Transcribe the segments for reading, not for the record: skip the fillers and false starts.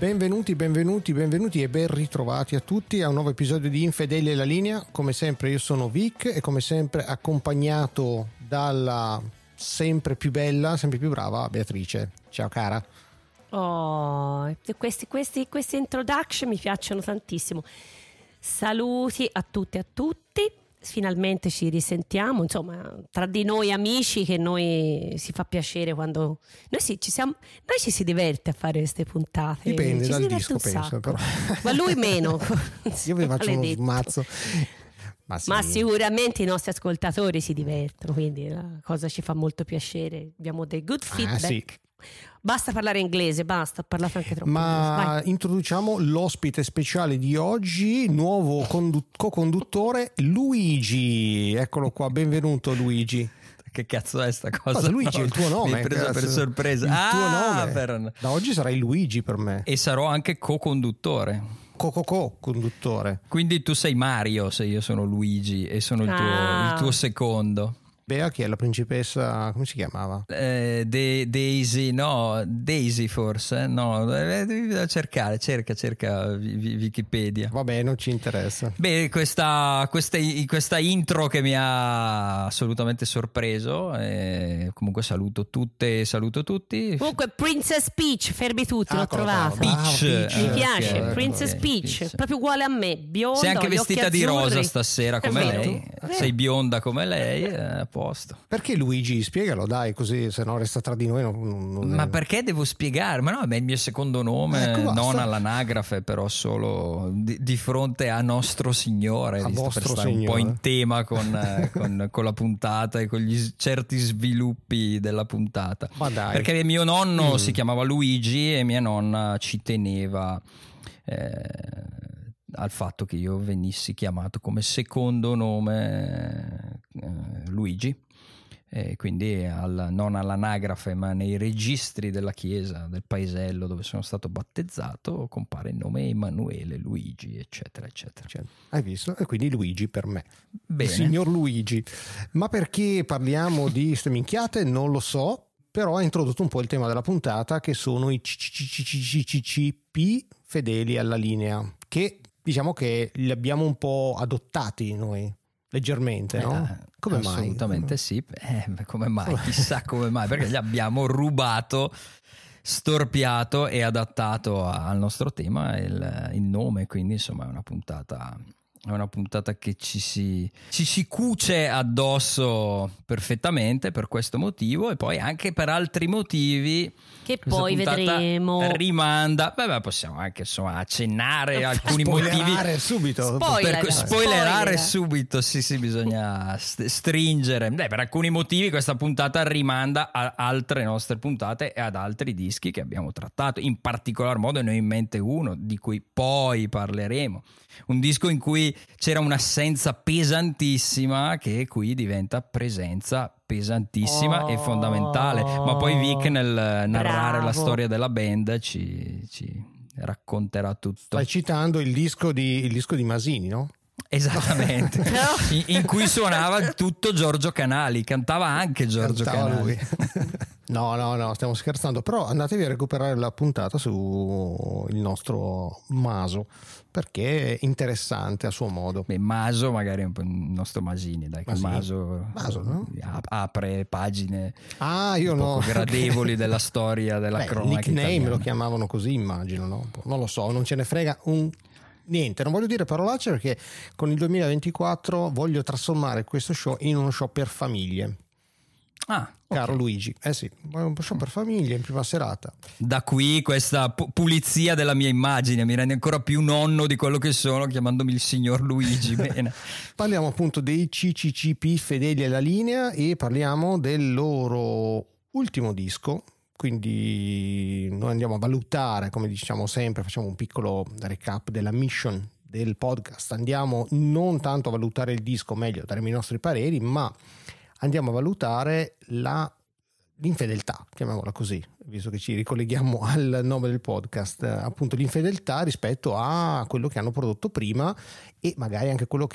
Benvenuti e ben ritrovati a tutti a un nuovo episodio di Infedeli alla linea. Come sempre io sono Vic e come sempre accompagnato dalla sempre più bella, sempre più brava Beatrice. Ciao cara. Oh, questi introduction mi piacciono tantissimo. Saluti a tutti e a tutti. Finalmente ci risentiamo, insomma, tra di noi amici, che noi si fa piacere quando noi ci si diverte a fare queste puntate. Dipende ci dal si disco, penso, però. Ma lui meno. Io vi faccio uno smazzo. Ma sicuramente i nostri ascoltatori si divertono, quindi la cosa ci fa molto piacere. Abbiamo dei good feedback. Sì. Basta parlare inglese, basta, ho parlato anche troppo. Ma introduciamo l'ospite speciale di oggi, nuovo co-conduttore Luigi. Eccolo qua, benvenuto Luigi. Che cazzo è sta cosa? Luigi, è il tuo nome. Mi hai preso per sorpresa. Il tuo nome. Da oggi sarai Luigi per me. E sarò anche co-conduttore. Co-conduttore. Quindi tu sei Mario se io sono Luigi e sono il tuo secondo. Bea, chi è la principessa? Come si chiamava? Daisy forse? No, devi cercare, cerca Wikipedia. Vabbè, non ci interessa. Beh, questa intro che mi ha assolutamente sorpreso. Comunque saluto tutti. Comunque Princess Peach, fermi tutti, l'ho trovata. Peach. Mi piace, okay. Princess Peach, proprio uguale a me, bionda. Sei anche vestita di rosa stasera come lei. Sei bionda come lei. Posto. Perché Luigi? Spiegalo, dai, così se no resta tra di noi. Ma perché devo spiegare? Ma no, è il mio secondo nome, non all'anagrafe, però solo di fronte a nostro Signore, per stare un po' in tema con la puntata e con gli certi sviluppi della puntata. Ma dai. Perché mio nonno si chiamava Luigi e mia nonna ci teneva al fatto che io venissi chiamato come secondo nome Luigi, e quindi non all'anagrafe ma nei registri della chiesa del paesello dove sono stato battezzato compare il nome Emanuele, Luigi, eccetera eccetera. Hai visto? E quindi Luigi per me. Bene. Il signor Luigi. Ma perché parliamo di ste minchiate? Non lo so, però ha introdotto un po' il tema della puntata, che sono i CCP fedeli alla linea, che diciamo che li abbiamo un po' adottati noi, leggermente, no? Come mai? Assolutamente sì. Come mai? Chissà come mai, perché gli abbiamo rubato, storpiato e adattato al nostro tema il nome, quindi insomma è una puntata che ci si cuce addosso perfettamente per questo motivo e poi anche per altri motivi che poi vedremo. Rimanda. Possiamo anche insomma accennare alcuni motivi subito. Spoilerare subito. Sì, bisogna stringere. Per alcuni motivi questa puntata rimanda a altre nostre puntate e ad altri dischi che abbiamo trattato. In particolar modo ne ho in mente uno di cui poi parleremo. Un disco in cui c'era un'assenza pesantissima che qui diventa presenza pesantissima e fondamentale. Ma poi Vic nel narrare la storia della band ci racconterà tutto. Stai citando il disco di Masini, no? Esattamente. in cui suonava tutto Giorgio Canali, cantava anche Giorgio Canali. Lui. No, stiamo scherzando, però andatevi a recuperare la puntata su il nostro Maso, perché è interessante a suo modo. Maso magari è un po' il nostro Masini, dai. Maso no? Apre pagine gradevoli della storia, della cronaca nickname italiana. lo chiamavano così, immagino, no? Non lo so, non ce ne frega niente, non voglio dire parolacce, perché con il 2024 voglio trasformare questo show in uno show per famiglie. Caro Luigi, sì, un show per famiglie in prima serata. Da qui questa pulizia della mia immagine mi rende ancora più nonno di quello che sono chiamandomi il signor Luigi. Bene. Parliamo appunto dei CCCP fedeli alla linea e parliamo del loro ultimo disco. Quindi noi andiamo a valutare, come diciamo sempre, facciamo un piccolo recap della mission del podcast. Andiamo non tanto a valutare il disco, meglio daremo i nostri pareri, ma andiamo a valutare l'infedeltà, chiamiamola così, visto che ci ricolleghiamo al nome del podcast, appunto l'infedeltà rispetto a quello che hanno prodotto prima e magari anche quello che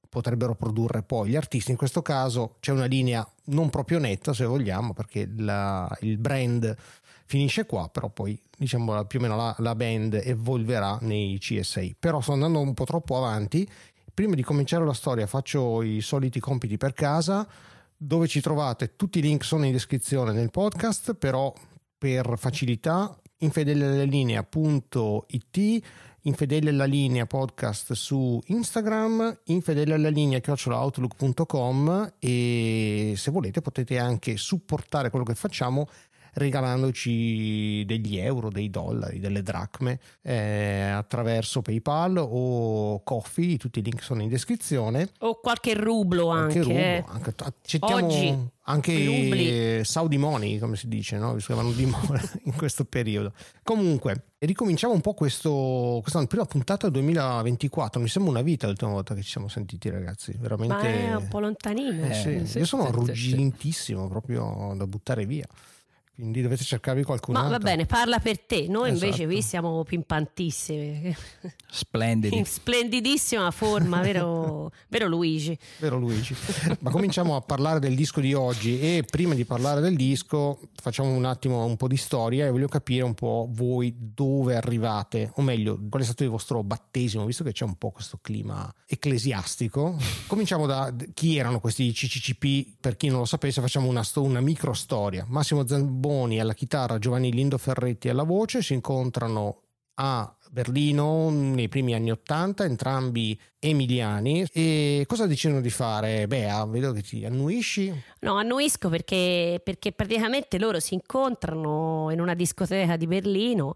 potrebbero produrre poi gli artisti. In questo caso c'è una linea non proprio netta, se vogliamo, perché il brand finisce qua, però poi diciamo più o meno la band evolverà nei CSA. Però sto andando un po' troppo avanti. Prima di cominciare la storia faccio i soliti compiti per casa. Dove ci trovate? Tutti i link sono in descrizione nel podcast, però per facilità infedeleallalinea.it, Infedele alla linea podcast su Instagram, infedeleallalinea@outlook.com, e se volete potete anche supportare quello che facciamo regalandoci degli euro, dei dollari, delle dracme attraverso PayPal o Ko-fi. Tutti i link sono in descrizione, o qualche rublo anche. Accettiamo oggi anche Saudi money, come si dice, no? Visto che vanno di moda in questo periodo. Comunque ricominciamo un po' questa prima puntata 2024. Mi sembra una vita l'ultima volta che ci siamo sentiti, ragazzi, veramente. Ma è un po' lontanino. Io sono arrugginitissimo proprio da buttare via, quindi dovete cercarvi qualcun altro. Ma va bene, parla per te. Noi invece Esatto. qui siamo pimpantissimi. Splendidi. In splendidissima forma, vero Luigi? Vero Luigi. Ma cominciamo a parlare del disco di oggi, e prima di parlare del disco facciamo un attimo un po' di storia e voglio capire un po' voi dove arrivate, o meglio qual è stato il vostro battesimo, visto che c'è un po' questo clima ecclesiastico. Cominciamo da chi erano questi CCCP. Per chi non lo sapesse, facciamo una micro storia. Massimo Zamboni alla chitarra, Giovanni Lindo Ferretti alla voce si incontrano a Berlino nei primi anni '80, entrambi emiliani. E cosa decidono di fare? Bea, vedo che ti annuisci. No, annuisco perché praticamente loro si incontrano in una discoteca di Berlino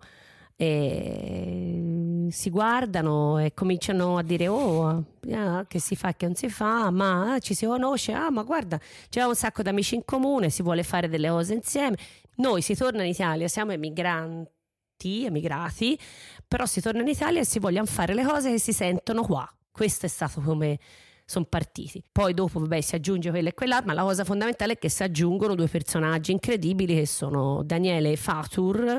e si guardano e cominciano a dire che si fa, che non si fa, ma ci si conosce, ma guarda, c'è un sacco di amici in comune, si vuole fare delle cose insieme. Noi si torna in Italia, siamo emigrati, però si torna in Italia e si vogliono fare le cose che si sentono qua. Questo è stato come sono partiti. Poi dopo si aggiunge quello e quell'altro, ma la cosa fondamentale è che si aggiungono due personaggi incredibili che sono Daniele Fatur,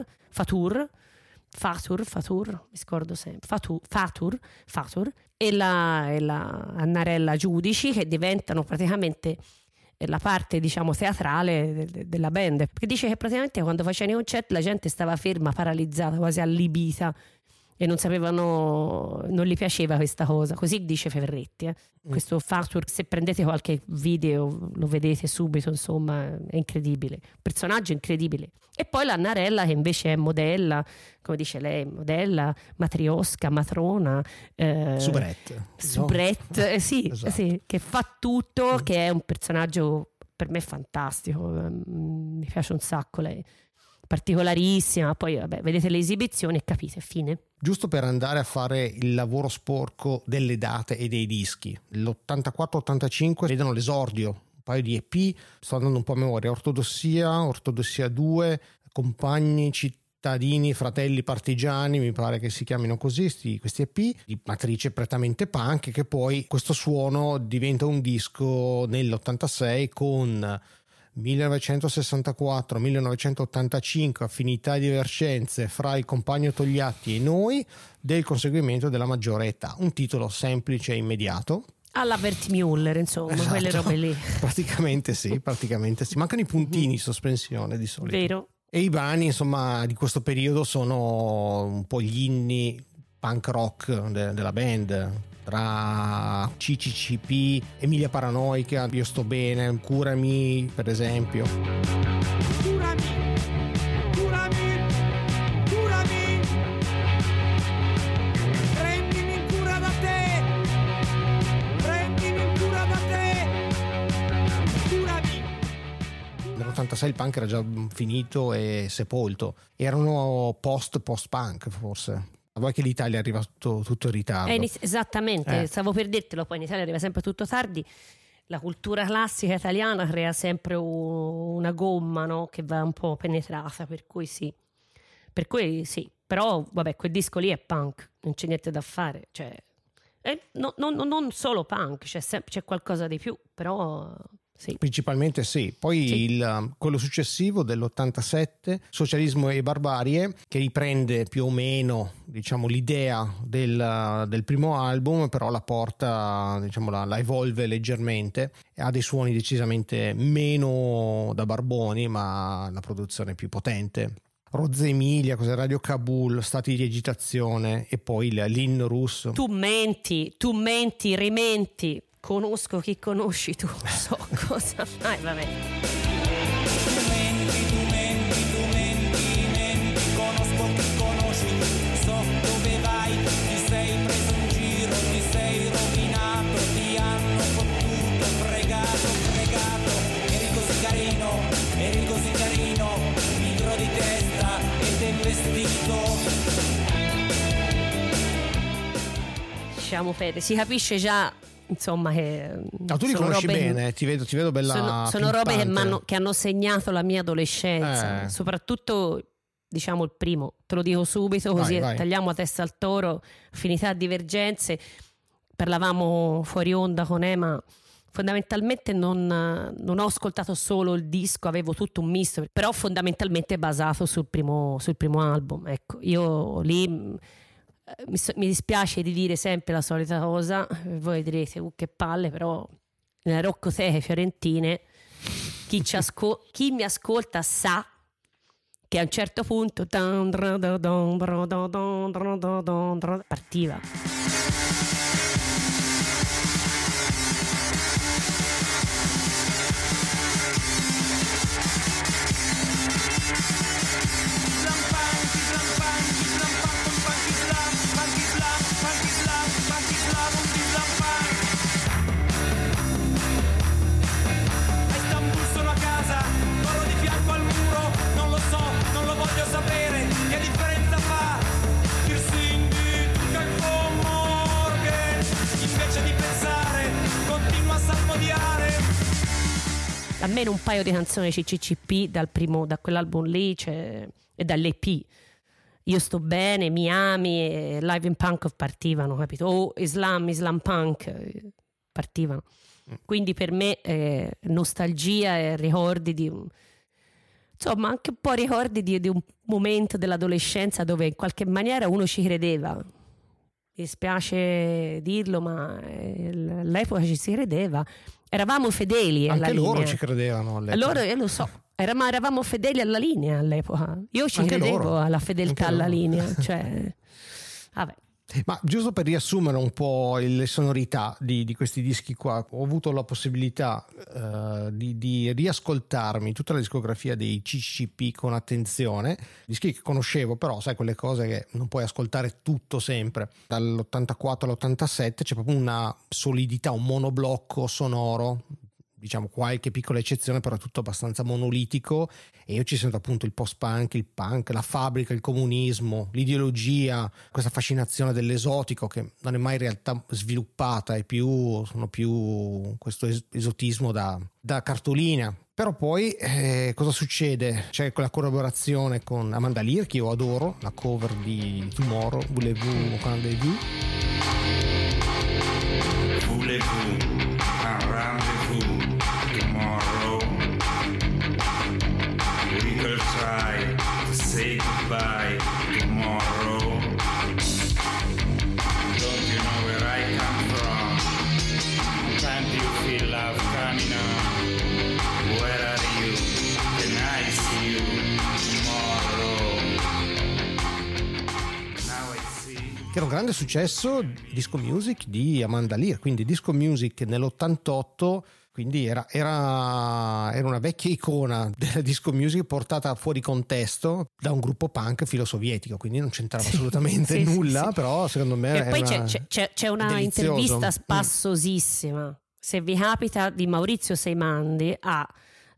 mi scordo sempre, Fatur e la Annarella Giudici, che diventano praticamente la parte, diciamo, teatrale della band, perché dice che praticamente quando facevano i concerti la gente stava ferma, paralizzata, quasi allibita, e non gli piaceva questa cosa, così dice Ferretti. Questo Fatur, se prendete qualche video lo vedete subito, insomma è incredibile, personaggio incredibile. E poi l'Annarella, che invece è modella, come dice lei, modella, matriosca, matrona, soubrette, no? Sì, esatto. Sì, che fa tutto, che è un personaggio per me fantastico, mi piace un sacco lei, particolarissima. Poi vedete le esibizioni e capite, fine. Giusto per andare a fare il lavoro sporco delle date e dei dischi, l'84-85 vedono l'esordio, un paio di EP, sto andando un po' a memoria: Ortodossia 2, Compagni Cittadini Fratelli Partigiani, mi pare che si chiamino così questi EP, di matrice prettamente punk, che poi questo suono diventa un disco nell'86 con 1964-1985, affinità e divergenze fra il compagno Togliatti e noi, del conseguimento della maggiore età. Un titolo semplice e immediato. Alla Bert Müller, insomma, esatto. Quelle robe lì. Praticamente sì. Mancano i puntini in sospensione di solito. Vero. E i brani, insomma, di questo periodo sono un po' gli inni punk rock della band. Tra CCCP, Emilia Paranoica, Io sto bene, Curami, per esempio. Curami, prendimi in cura da te, curami. Nell'86 il punk era già finito e sepolto, erano post-punk forse. Vuoi che l'Italia arriva tutto in ritardo? Esattamente, stavo per dirtelo, poi in Italia arriva sempre tutto tardi. La cultura classica italiana crea sempre una gomma, no? Che va un po' penetrata, per cui sì. Però vabbè, quel disco lì è punk, non c'è niente da fare, cioè, non solo punk, c'è qualcosa di più, però Sì. Principalmente sì, poi Sì. quello successivo dell'87, Socialismo e Barbarie, che riprende più o meno, diciamo, l'idea del primo album, però la porta, diciamo, la evolve leggermente, ha dei suoni decisamente meno da barboni, ma la produzione più potente. Rozza Emilia, cos'è, Radio Kabul, Stati di agitazione e poi l'Inno russo. Tu menti, rimenti. Conosco chi conosci tu, so cosa fai, vabbè. Tu menti, conosco chi conosci, so dove vai, ti sei preso in giro, ti sei rovinato, ti hanno fottuto, fregato, eri così carino, pigro di testa e del vestito. Diciamo, Fede, si capisce già, insomma, che No, tu li conosci bene, ti vedo bella. sono robe pimpante. che hanno segnato la mia adolescenza, soprattutto, diciamo, il primo, te lo dico subito, così Vai. tagliamo la testa al toro, affinità, divergenze. Parlavamo fuori onda con Ema, fondamentalmente non ho ascoltato solo il disco, avevo tutto un misto, però fondamentalmente basato sul primo album. Ecco, io lì mi dispiace di dire sempre la solita cosa, voi direte che palle, però nelle roccoteche fiorentine chi mi ascolta sa che a un certo punto partiva. Sapere che differenza fa il Morgan, invece di pensare continua a salmodiare. Almeno un paio di canzoni CCCP da quell'album lì e dall'EP. Io sto bene, mi ami e Live in Punk partivano, capito? O Islam Punk partivano. Quindi per me nostalgia e ricordi di insomma anche un po' ricordi di un momento dell'adolescenza dove in qualche maniera uno ci credeva. Mi dispiace dirlo, ma all'epoca ci si credeva, eravamo fedeli alla anche linea. loro ci credevano all'epoca. Allora io lo so, eravamo fedeli alla linea all'epoca, io ci Anche credevo loro. alla fedeltà Anche alla loro. linea, cioè vabbè. Ma giusto per riassumere un po' le sonorità di questi dischi qua, ho avuto la possibilità di riascoltarmi tutta la discografia dei CCP con attenzione, dischi che conoscevo, però sai, quelle cose che non puoi ascoltare tutto sempre. Dall'84 all'87 c'è proprio una solidità, un monoblocco sonoro, diciamo qualche piccola eccezione, però è tutto abbastanza monolitico, e io ci sento appunto il post-punk, il punk, la fabbrica, il comunismo, l'ideologia, questa fascinazione dell'esotico che non è mai in realtà sviluppata, sono più questo esotismo da cartolina. Però poi cosa succede? C'è quella collaborazione con Amanda Lear, che io adoro, la cover di Tomorrow, Voulez-vous un rendez-vous? Voulez-vous un rendez-vous tomorrow? We will try to say goodbye tomorrow. Don't you know where I come from? Can't you feel love coming on? Where are you? Can I see you tomorrow? Now I see. Che era un grande successo, Disco Music di Amanda Lear, quindi Disco Music nell'88, quindi era una vecchia icona della disco music portata fuori contesto da un gruppo punk filosovietico, quindi non c'entrava assolutamente nulla, però secondo me e poi c'è una delizioso. intervista spassosissima, se vi capita, di Maurizio Seimandi a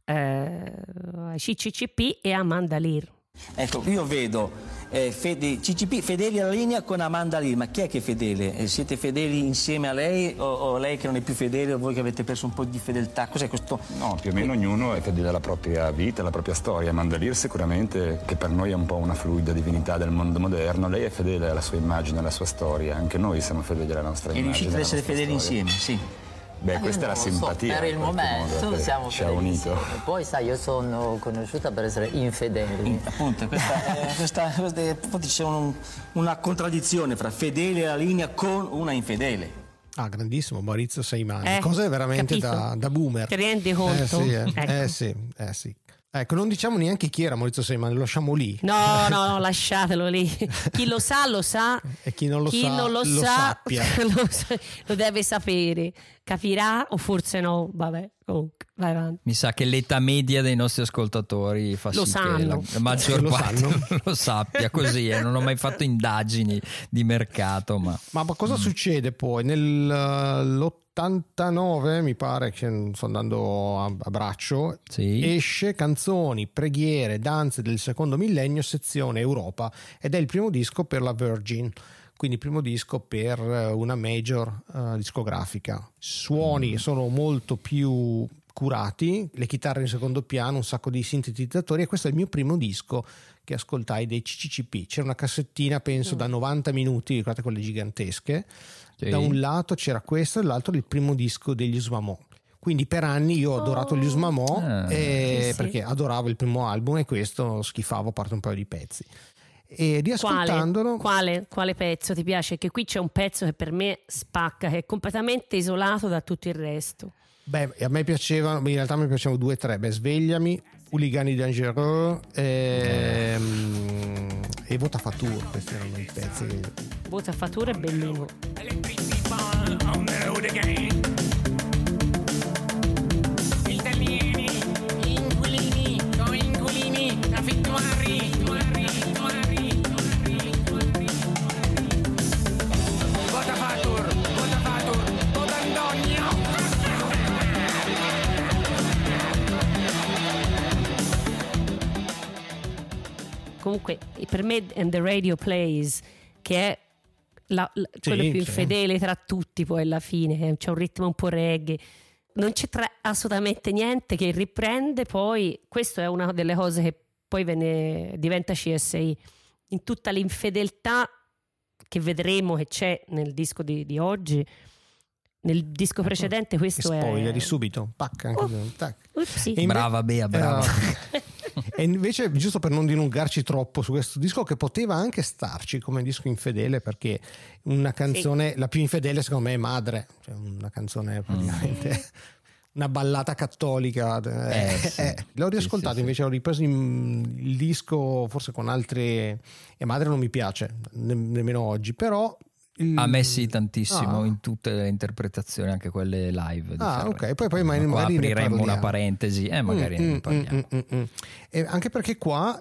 CCCP e Amanda Lear. Ecco, io vedo CCP fedeli alla linea con Amanda Lear, ma chi è che è fedele? Siete fedeli insieme a lei o lei che non è più fedele o voi che avete perso un po' di fedeltà? Cos'è questo? No, più o meno ognuno è fedele alla propria vita, alla propria storia. Amanda Lear sicuramente, che per noi è un po' una fluida divinità del mondo moderno, lei è fedele alla sua immagine, alla sua storia, anche noi siamo fedeli alla nostra E immagine. riuscite ad essere fedeli storia. insieme, sì. Beh, questa è la Non lo so, simpatia. per il in qualche momento modo, siamo ci ha unito. felicissimi. Poi sai, io sono conosciuta per essere infedele. Appunto, questa c'è una contraddizione fra fedele alla linea con una infedele. Ah, grandissimo Maurizio Seimani. Cose veramente capito? da boomer. Ti rendi conto? Sì, Ecco. sì. Ecco, non diciamo neanche chi era Maurizio Seimani, lo lasciamo lì. No, lasciatelo lì. Chi lo sa, E chi non lo chi sa, non lo lo sa, sappia. lo deve sapere. Capirà o forse no? Vabbè, comunque, vai avanti. Mi sa che l'età media dei nostri ascoltatori fa Lo sì sanno. che la maggior Lo parte sanno. lo sappia così. Non ho mai fatto indagini di mercato, ma Ma cosa succede poi? Nell'89 mi pare che sto andando a braccio, sì. esce Canzoni, preghiere, danze del secondo millennio, sezione Europa, ed è il primo disco per la Virgin, quindi primo disco per una major discografica. Suoni sono molto più curati, le chitarre in secondo piano, un sacco di sintetizzatori, e questo è il mio primo disco che ascoltai dei CCCP. C'era una cassettina penso da 90 minuti, ricordate quelle gigantesche. Sì. Da un lato c'era questo e dall'altro il primo disco degli Usmamò. Quindi per anni io ho adorato gli Usmamò sì. perché adoravo il primo album e questo schifavo a parte un paio di pezzi. E riascoltandolo, Quale pezzo ti piace? Che qui c'è un pezzo che per me spacca, che è completamente isolato da tutto il resto. beh, a me piacevano, in realtà mi piacevano 2 o 3. Svegliami, Hooligani Dangereux e Vota Fatur, questi erano i pezzi. Vota Fatura è bellino. Comunque per me And the Radio Plays, che è quello più infedele tra tutti, poi alla fine c'è un ritmo un po' reggae, non c'è assolutamente niente che riprende. Poi questo è una delle cose che poi diventa CSI, in tutta l'infedeltà che vedremo che c'è nel disco di oggi. Nel disco precedente questo è spoileri subito, pacca anche tac. Upsi. Brava Bea, brava. E invece, giusto per non dilungarci troppo su questo disco, che poteva anche starci come disco infedele, perché una canzone, la più infedele secondo me è Madre, cioè una canzone praticamente una ballata cattolica. L'ho riascoltato, sì. invece ho ripreso il disco forse con altre, e Madre non mi piace nemmeno oggi, però A me sì, tantissimo, in tutte le interpretazioni, anche quelle live di Ferrer. Ok, poi magari apriremo una parentesi, magari ne parliamo. E anche perché qua,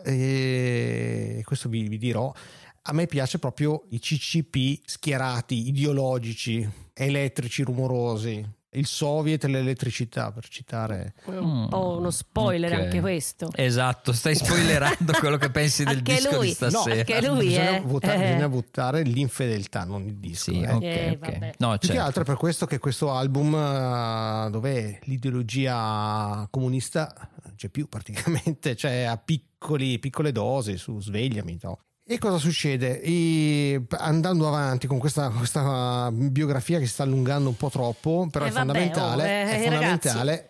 questo vi dirò, a me piace proprio i CCP schierati, ideologici, elettrici, rumorosi. Il Soviet e l'elettricità, per citare. Un po' uno spoiler anche questo. Esatto, stai spoilerando quello che pensi del Anche disco lui. di stasera. Anche lui, bisogna votare l'infedeltà, non il disco. Sì, ok. No, più certo. che altro è per questo che questo album, dove l'ideologia comunista c'è più praticamente, cioè a piccole dosi, su Svegliami, no? E cosa succede? Andando avanti con questa biografia che si sta allungando un po' troppo, però è fondamentale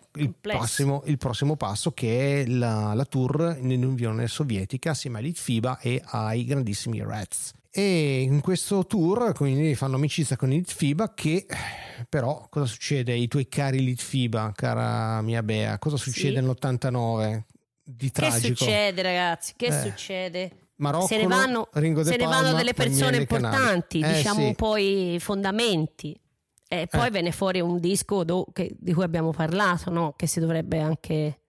il prossimo passo, che è la tour nell'Unione Sovietica assieme a Litfiba e ai grandissimi Rats. E in questo tour quindi fanno amicizia con i Litfiba, che però cosa succede? I tuoi cari Litfiba, cara mia Bea, cosa succede nell'89 di tragico? Che succede, ragazzi? Che succede? Marocco, se ne vanno delle persone importanti, diciamo sì. Poi i fondamenti, e poi viene fuori un disco di cui abbiamo parlato, no? Che si dovrebbe anche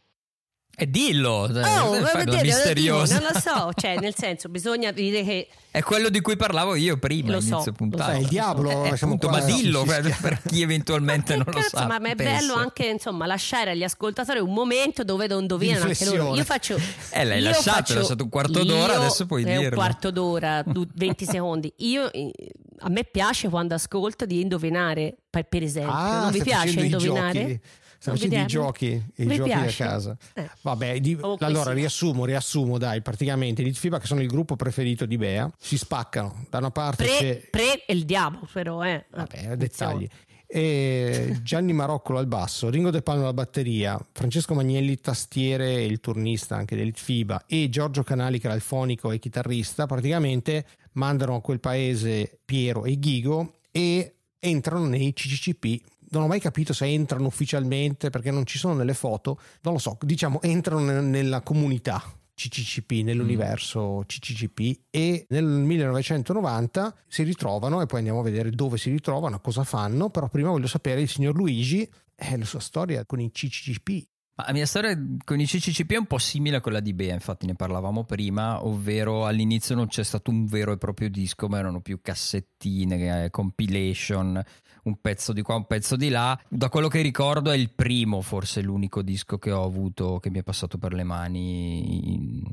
dillo, misterioso. Non lo so, cioè nel senso, bisogna dire che è quello di cui parlavo io prima, inizio puntata. Il diavolo, appunto, ma dillo per chi eventualmente non lo sa. Ma è bello anche, insomma, lasciare agli ascoltatori un momento dove non indovinano anche loro. Io faccio l'hai lasciato un quarto d'ora, adesso puoi dirlo. Un quarto d'ora, 20 secondi. A me piace quando ascolto di indovinare, per esempio, non vi piace indovinare? Stiamo facendo i giochi da casa. Vabbè, allora riassumo, dai, praticamente i Litfiba, che sono il gruppo preferito di Bea, si spaccano. Da una parte c'è il diavolo, però vabbè, dettagli. e Gianni Maroccolo al basso, Ringo De Palma alla batteria, Francesco Magnelli tastiere e il turnista anche del FIBA, e Giorgio Canali che era il fonico e chitarrista, praticamente mandano a quel paese Piero e Ghigo e entrano nei CCCP. Non ho mai capito se entrano ufficialmente perché non ci sono nelle foto, non lo so, diciamo entrano nella comunità CCCP, nell'universo CCCP, e nel 1990 si ritrovano, e poi andiamo a vedere dove si ritrovano, cosa fanno, però prima voglio sapere il signor Luigi la sua storia con i CCCP. La mia storia con i CCCP è un po' simile a quella di Bea, infatti ne parlavamo prima, ovvero all'inizio non c'è stato un vero e proprio disco, ma erano più cassettine, compilation, un pezzo di qua, un pezzo di là. Da quello che ricordo è il primo, forse l'unico disco che ho avuto che mi è passato per le mani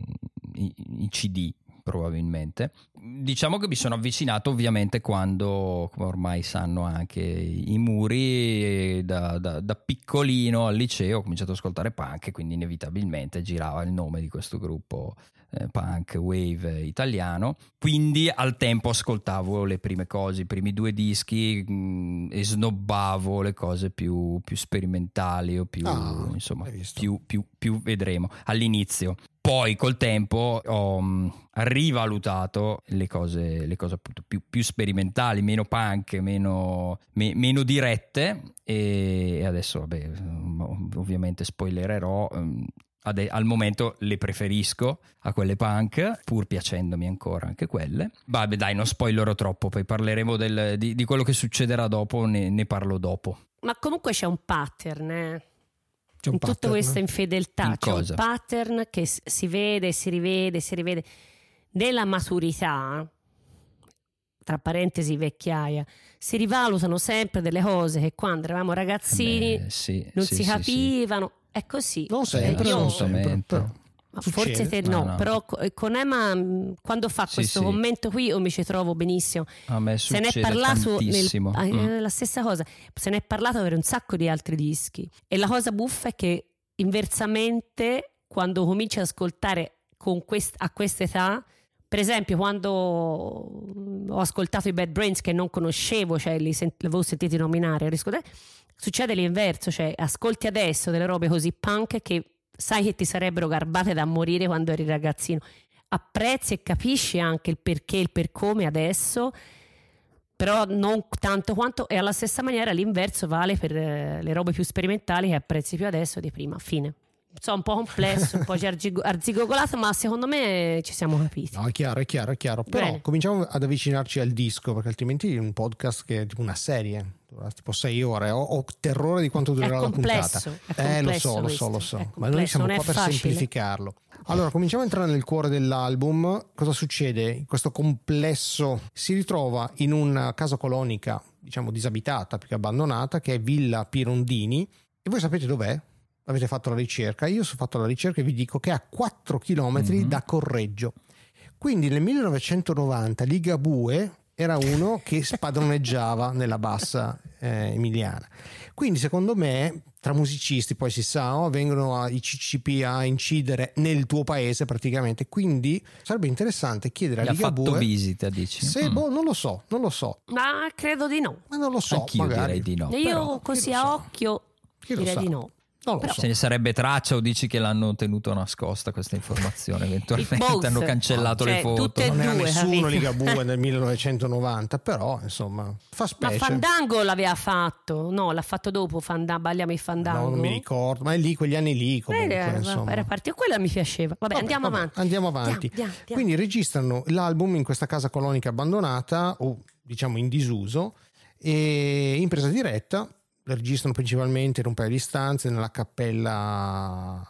in CD, probabilmente. Diciamo che mi sono avvicinato ovviamente quando, come ormai sanno anche i muri, da piccolino al liceo ho cominciato ad ascoltare punk, quindi inevitabilmente girava il nome di questo gruppo punk wave italiano, quindi al tempo ascoltavo le prime cose, i primi 2 dischi, e snobbavo le cose più sperimentali o più insomma più vedremo all'inizio. Poi col tempo ho rivalutato le cose appunto più sperimentali, meno punk, meno dirette, e adesso vabbè, ovviamente spoilererò. Al momento le preferisco a quelle punk, pur piacendomi ancora anche quelle. Vabbè dai, non spoilerò troppo, poi parleremo di quello che succederà dopo, ne parlo dopo. Ma comunque c'è un pattern, C'è un in tutta pattern. questa infedeltà, c'è un pattern che si vede, si rivede nella maturità, tra parentesi vecchiaia, si rivalutano sempre delle cose che quando eravamo ragazzini non si capivano. È così. Non sempre, non sempre, però. Ma forse te no, però con Emma quando fa questo commento qui io mi ci trovo benissimo. A me se ne è succede parlato tantissimo. La stessa cosa, se ne è parlato per un sacco di altri dischi, e la cosa buffa è che inversamente quando cominci ad ascoltare a questa età, per esempio quando ho ascoltato i Bad Brains che non conoscevo, cioè li avevo sentiti nominare, succede l'inverso, cioè ascolti adesso delle robe così punk che sai che ti sarebbero garbate da morire quando eri ragazzino, apprezzi e capisci anche il perché, il per come adesso, però non tanto quanto, e alla stessa maniera l'inverso vale per le robe più sperimentali che apprezzi più adesso di prima. Fine. So, un po' complesso, un po' arzigogolato, ma secondo me ci siamo capiti. No, è chiaro. Però bene, cominciamo ad avvicinarci al disco, perché altrimenti è un podcast che è tipo una serie, durerà tipo 6 ore. Ho terrore di quanto durerà la puntata. Lo so. Ma noi siamo qua per semplificarlo. Allora, cominciamo a entrare nel cuore dell'album. Cosa succede? In questo complesso si ritrova in una casa colonica, diciamo disabitata, più che abbandonata, che è Villa Pirondini. E voi sapete dov'è? Avete fatto la ricerca? Io ho fatto la ricerca e vi dico che è a 4 chilometri da Correggio. Quindi nel 1990 Ligabue era uno che spadroneggiava nella bassa emiliana. Quindi secondo me tra musicisti, poi si sa, vengono i CCP a incidere nel tuo paese praticamente, quindi sarebbe interessante chiedere a Ligabue. Ha fatto visita, dici? Non lo so. Ma credo di no. Ma non lo so, anch'io magari. direi di no. Io così a occhio direi di no. Ce ne sarebbe traccia, o dici che l'hanno tenuto nascosta questa informazione, eventualmente hanno cancellato le foto? Non era nessuno Ligabue nel 1990, però insomma fa specie. Ma Fandango l'aveva fatto? No, l'ha fatto dopo Balliamo il Fandango. No, non mi ricordo, ma è lì, quegli anni lì comunque, era partito, quella mi piaceva. Andiamo avanti. Andiamo. Quindi registrano l'album in questa casa colonica abbandonata, o diciamo in disuso, e in presa diretta. La registrano principalmente in un paio di stanze, nella cappella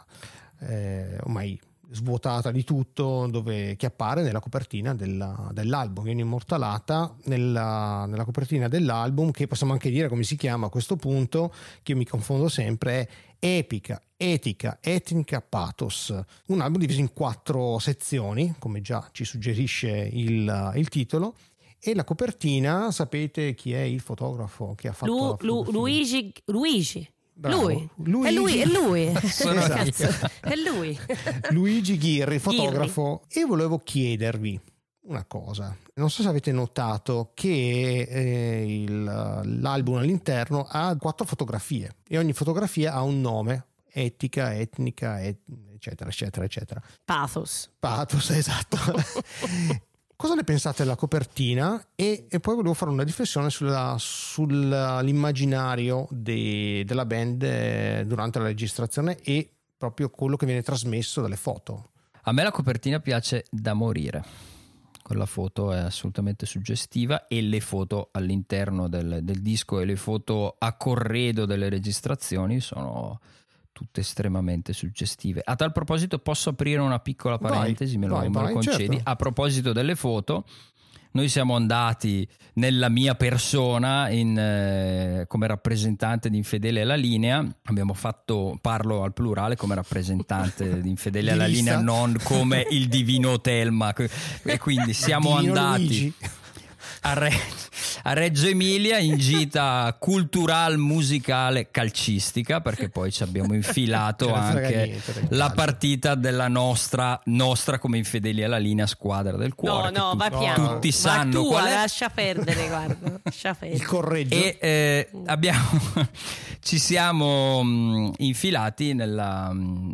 ormai svuotata di tutto, che appare nella copertina dell'album, viene immortalata nella copertina dell'album, che possiamo anche dire come si chiama a questo punto, che io mi confondo sempre, è Epica, Etica, Etnica, Pathos, un album diviso in 4 sezioni, come già ci suggerisce il titolo. E la copertina, sapete chi è il fotografo che ha fatto Luigi. Bravo. È lui. Sono è lui. Luigi Ghirri, fotografo. E volevo chiedervi una cosa. Non so se avete notato che l'album all'interno ha 4 fotografie e ogni fotografia ha un nome: etica, etnica, eccetera, eccetera, eccetera. Pathos, esatto. Cosa ne pensate della copertina? E poi volevo fare una riflessione sull'immaginario della band durante la registrazione e proprio quello che viene trasmesso dalle foto. A me la copertina piace da morire. Quella foto è assolutamente suggestiva, e le foto all'interno del disco e le foto a corredo delle registrazioni sono tutte estremamente suggestive. A tal proposito posso aprire una piccola parentesi, me lo concedi? Certo. A proposito delle foto, noi siamo andati nella mia persona come rappresentante di Infedeli alla Linea, abbiamo fatto, parlo al plurale, come rappresentante di Infedeli alla Linea, non come il divino Telma, e quindi siamo andati a Reggio Emilia in gita cultural, musicale, calcistica, perché poi ci abbiamo infilato anche la partita della nostra come Infedeli alla Linea squadra del cuore. No, va piano. Tutti sanno tua, qual è. lascia perdere, guarda, lascia perdere. Il correggio. E ci siamo infilati nella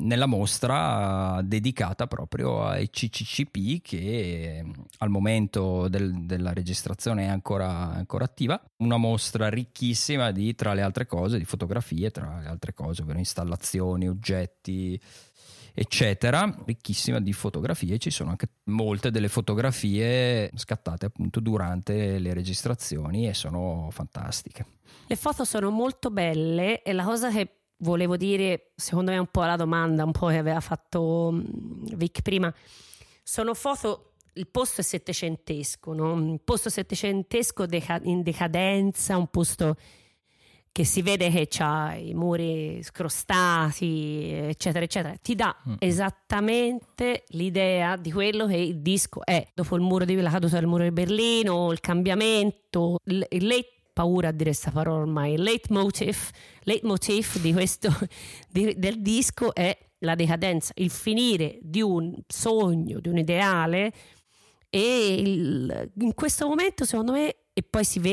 mostra dedicata proprio ai CCCP, che al momento della registrazione è ancora attiva. Una mostra ricchissima tra le altre cose, di fotografie, tra le altre cose, ovvero installazioni, oggetti, eccetera, ricchissima di fotografie. Ci sono anche molte delle fotografie scattate appunto durante le registrazioni e sono fantastiche. Le foto sono molto belle, e la cosa che volevo dire, secondo me è un po' la domanda un po' che aveva fatto Vic prima, sono foto. Il posto è settecentesco, no? Un posto settecentesco in decadenza, un posto che si vede che ha i muri scrostati, eccetera, eccetera. Ti dà esattamente l'idea di quello che il disco è. Dopo la caduta del muro di Berlino, il cambiamento, paura a dire questa parola ormai, il leitmotiv di questo del disco è la decadenza, il finire di un sogno, di un ideale. E in questo momento, secondo me, e poi si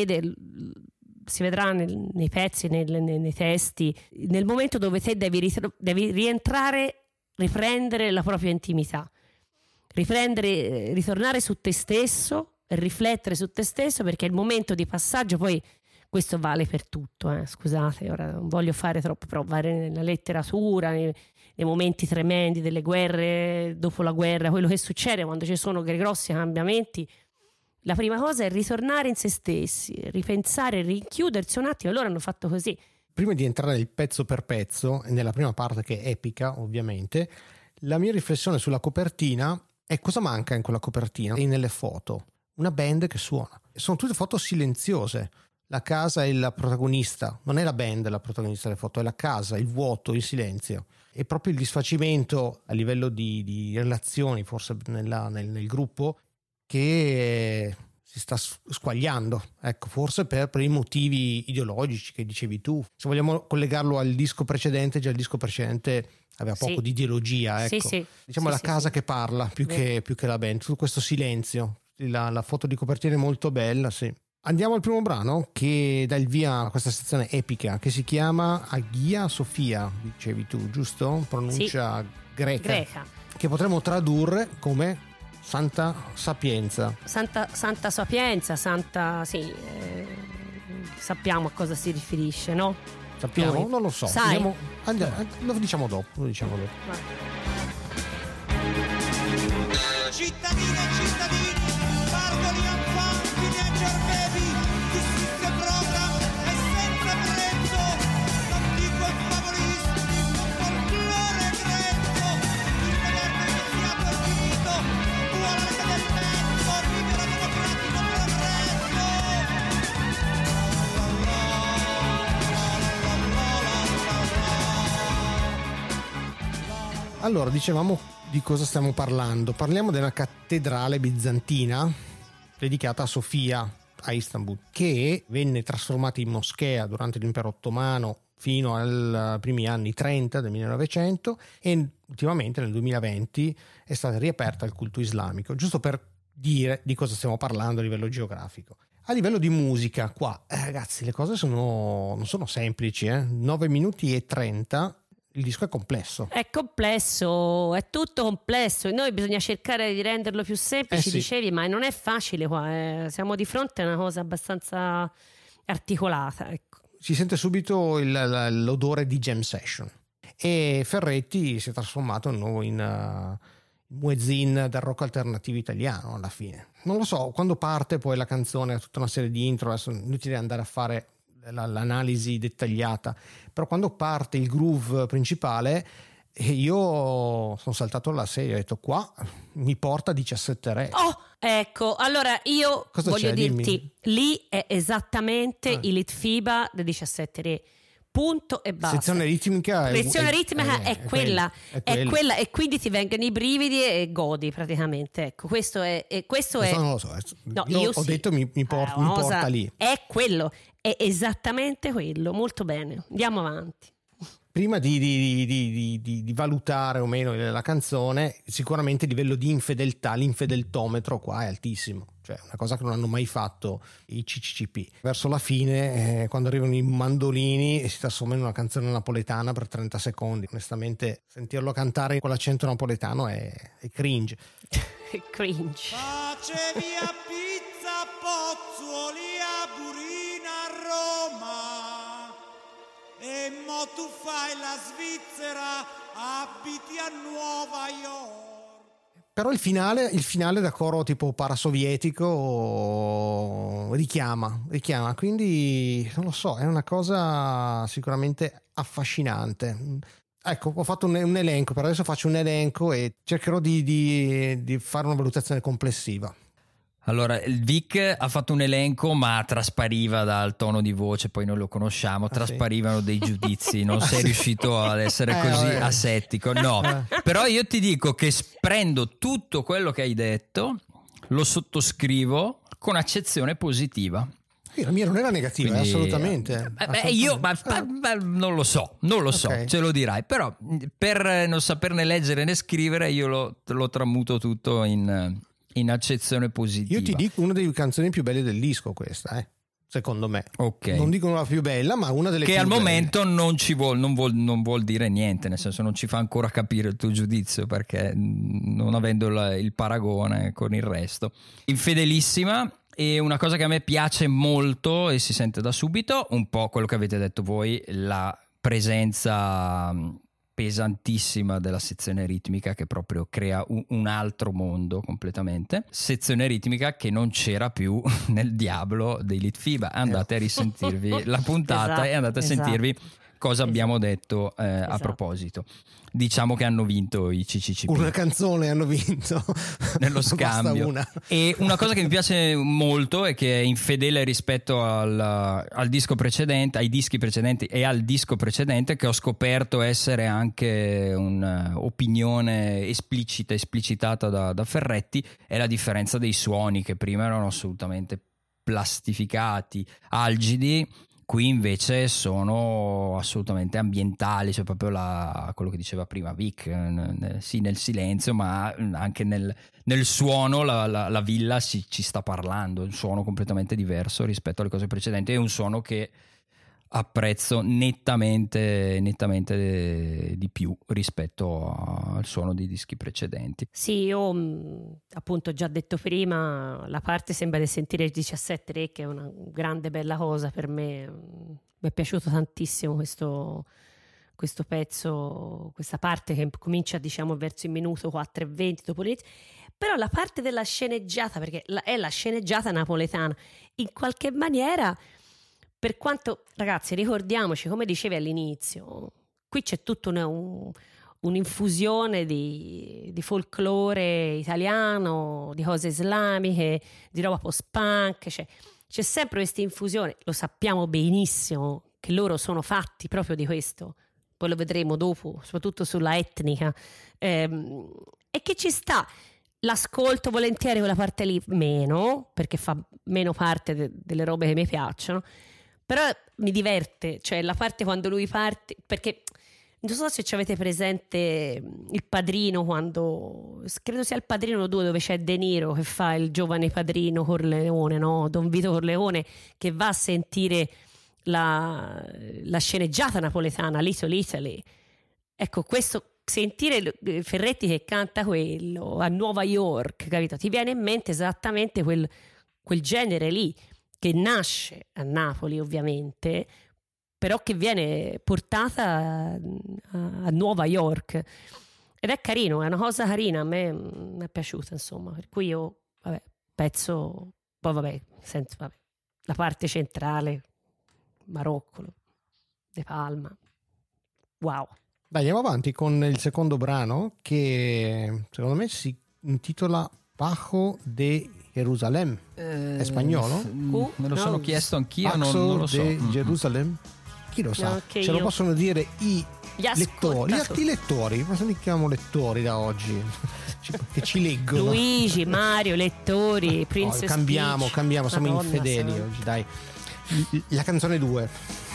vedrà nei pezzi, nei testi, nel momento dove te devi rientrare, riprendere la propria intimità, ritornare su te stesso, riflettere su te stesso, perché è il momento di passaggio. Poi questo vale per tutto, scusate, ora non voglio fare troppo, però vale nella letteratura, nei momenti tremendi delle guerre, dopo la guerra, quello che succede quando ci sono grossi cambiamenti. La prima cosa è ritornare in se stessi, ripensare, rinchiudersi un attimo, e loro hanno fatto così. Prima di entrare il pezzo per pezzo, nella prima parte che è epica ovviamente, la mia riflessione sulla copertina è cosa manca in quella copertina e nelle foto. Una band che suona. Sono tutte foto silenziose. La casa è la protagonista, non è la band la protagonista delle foto, è la casa, il vuoto, il silenzio. È proprio il disfacimento a livello di relazioni, forse nel gruppo, che si sta squagliando, ecco, forse per i motivi ideologici che dicevi tu. Se vogliamo collegarlo al disco precedente, già il disco precedente aveva poco di ideologia, ecco. Sì. Diciamo la casa che parla più che la band, tutto questo silenzio. La foto di copertina è molto bella, sì. Andiamo al primo brano che dà il via a questa sezione epica, che si chiama Hagia Sophia, dicevi tu, giusto? Pronuncia greca, che potremmo tradurre come Santa Sapienza. Santa Sapienza, sappiamo a cosa si riferisce, no? Sappiamo? Noi. Non lo so. Sai? Lo diciamo dopo. Cittadine e cittadini, pargoli anfanti miei cervelli, giustizia program e senza prezzo, l'antico e favolistico folklore greco, il moderno iniziato e finito, buona lega del mezzo, libero democratico progresso. Allora, dicevamo di cosa stiamo parlando. Parliamo della cattedrale bizantina dedicata a Sofia a Istanbul, che venne trasformata in moschea durante l'impero ottomano fino ai primi anni 30 del 1900 e ultimamente nel 2020 è stata riaperta al culto islamico. Giusto per dire di cosa stiamo parlando a livello geografico. A livello di musica, qua, ragazzi, le cose non sono semplici, 9 minuti e 30. Il disco è complesso. È complesso, è tutto complesso. Noi bisogna cercare di renderlo più semplice, sì. dicevi, ma non è facile qua. Siamo di fronte a una cosa abbastanza articolata. Ecco. Si sente subito l'odore di jam session. E Ferretti si è trasformato in muezzin del rock alternativo italiano alla fine. Non lo so, quando parte poi la canzone ha tutta una serie di intro, adesso è inutile andare a fare l'analisi dettagliata, però quando parte il groove principale io sono saltato alla sedia, ho detto qua mi porta 17 Re. Oh, ecco, allora io Cosa voglio c'è? dirti, Dimmi. lì è esattamente il Litfiba dei 17 Re. Punto e basta. Sezione ritmica è quella, e quindi ti vengono i brividi e godi praticamente. Ecco, questo è. Non lo so. No, io ho sì. detto mi porta lì. È quello, è esattamente quello. Molto bene, andiamo avanti. Prima di valutare o meno la canzone, sicuramente il livello di infedeltà, l'infedeltometro qua è altissimo, cioè una cosa che non hanno mai fatto i CCCP. Verso la fine, quando arrivano i mandolini, si trasforma in una canzone napoletana per 30 secondi. Onestamente, sentirlo cantare con l'accento napoletano è cringe. Cringe. Pace via pizza, Pozzuoli a Burina a Roma. E mo tu fai la Svizzera, abiti a Nuova York. Però il finale da coro tipo parasovietico richiama, quindi non lo so, è una cosa sicuramente affascinante. Ecco, ho fatto un elenco, per adesso faccio un elenco e cercherò di fare una valutazione complessiva. Allora, il Vic ha fatto un elenco, ma traspariva dal tono di voce, poi non lo conosciamo, trasparivano dei giudizi, non sei riuscito ad essere così asettico, no. Però io ti dico che prendo tutto quello che hai detto, lo sottoscrivo con accezione positiva. La mia non era negativa, Quindi, assolutamente. Io non lo so, okay. Ce lo dirai, però per non saperne leggere né scrivere io lo tramuto tutto in accezione positiva. Io ti dico una delle canzoni più belle del disco, questa, secondo me. Okay. Non dico la più bella, ma una delle che più al belle. momento non vuol dire niente, nel senso non ci fa ancora capire il tuo giudizio, perché non avendo il paragone con il resto. Infedelissima. E una cosa che a me piace molto e si sente da subito, un po' quello che avete detto voi, la presenza pesantissima della sezione ritmica che proprio crea un altro mondo completamente. Sezione ritmica che non c'era più nel Diablo dei Litfiba. Andate a risentirvi la puntata e andate a sentirvi cosa abbiamo detto a proposito. Diciamo che hanno vinto i CCCP. Una canzone hanno vinto nello scambio. Una. E una cosa che mi piace molto è che è infedele rispetto al disco precedente, ai dischi precedenti e al disco precedente, che ho scoperto essere anche un'opinione esplicitata da Ferretti, è la differenza dei suoni, che prima erano assolutamente plastificati, algidi. Qui invece sono assolutamente ambientali, cioè proprio quello che diceva prima Vic, sì, nel silenzio, ma anche nel suono la villa ci sta parlando, è un suono completamente diverso rispetto alle cose precedenti, è un suono che apprezzo nettamente di più rispetto al suono dei dischi precedenti. Sì, io appunto ho già detto prima, la parte sembra di sentire il 17 Re, che è una grande bella cosa per me. Mi è piaciuto tantissimo questo pezzo, questa parte che comincia diciamo verso il minuto 4:20 dopo l'inizio. Però la parte della sceneggiata, perché è la sceneggiata napoletana, in qualche maniera, per quanto, ragazzi, ricordiamoci, come dicevi all'inizio, qui c'è tutta un'infusione di folklore italiano, di cose islamiche, di roba post-punk, c'è sempre questa infusione, lo sappiamo benissimo che loro sono fatti proprio di questo, poi lo vedremo dopo, soprattutto sulla etnica, e che ci sta. L'ascolto volentieri quella parte lì meno, perché fa meno parte delle robe che mi piacciono, però mi diverte, cioè la parte quando lui parte, perché Non so se ci avete presente Il Padrino, quando credo sia Il Padrino 2, dove c'è De Niro che fa il giovane padrino Corleone, no? Don Vito Corleone, che va a sentire la sceneggiata napoletana Little Italy. Ecco, questo, sentire Ferretti che canta quello a Nuova York, capito? Ti viene in mente esattamente quel genere lì, che nasce a Napoli ovviamente, però che viene portata a Nuova York, ed è carino, è una cosa carina, a me mi è piaciuta, insomma, per cui io pezzo, poi la parte centrale, Maroccolo, De Palma, wow. Dai, andiamo avanti con il secondo brano, che secondo me si intitola Pajo de Jerusalem. È spagnolo? Me lo sono chiesto anch'io, Pajo non lo so. de Jerusalem? Chi lo sa? No, che Ce lo io. possono dire i Gli lettori. ascoltatori. I lettori, cosa li chiamiamo lettori da oggi? Che ci leggono. Luigi, Mario, lettori, No, Princess cambiamo, Peach. siamo Madonna, infedeli siamo- oggi, dai. La canzone 2.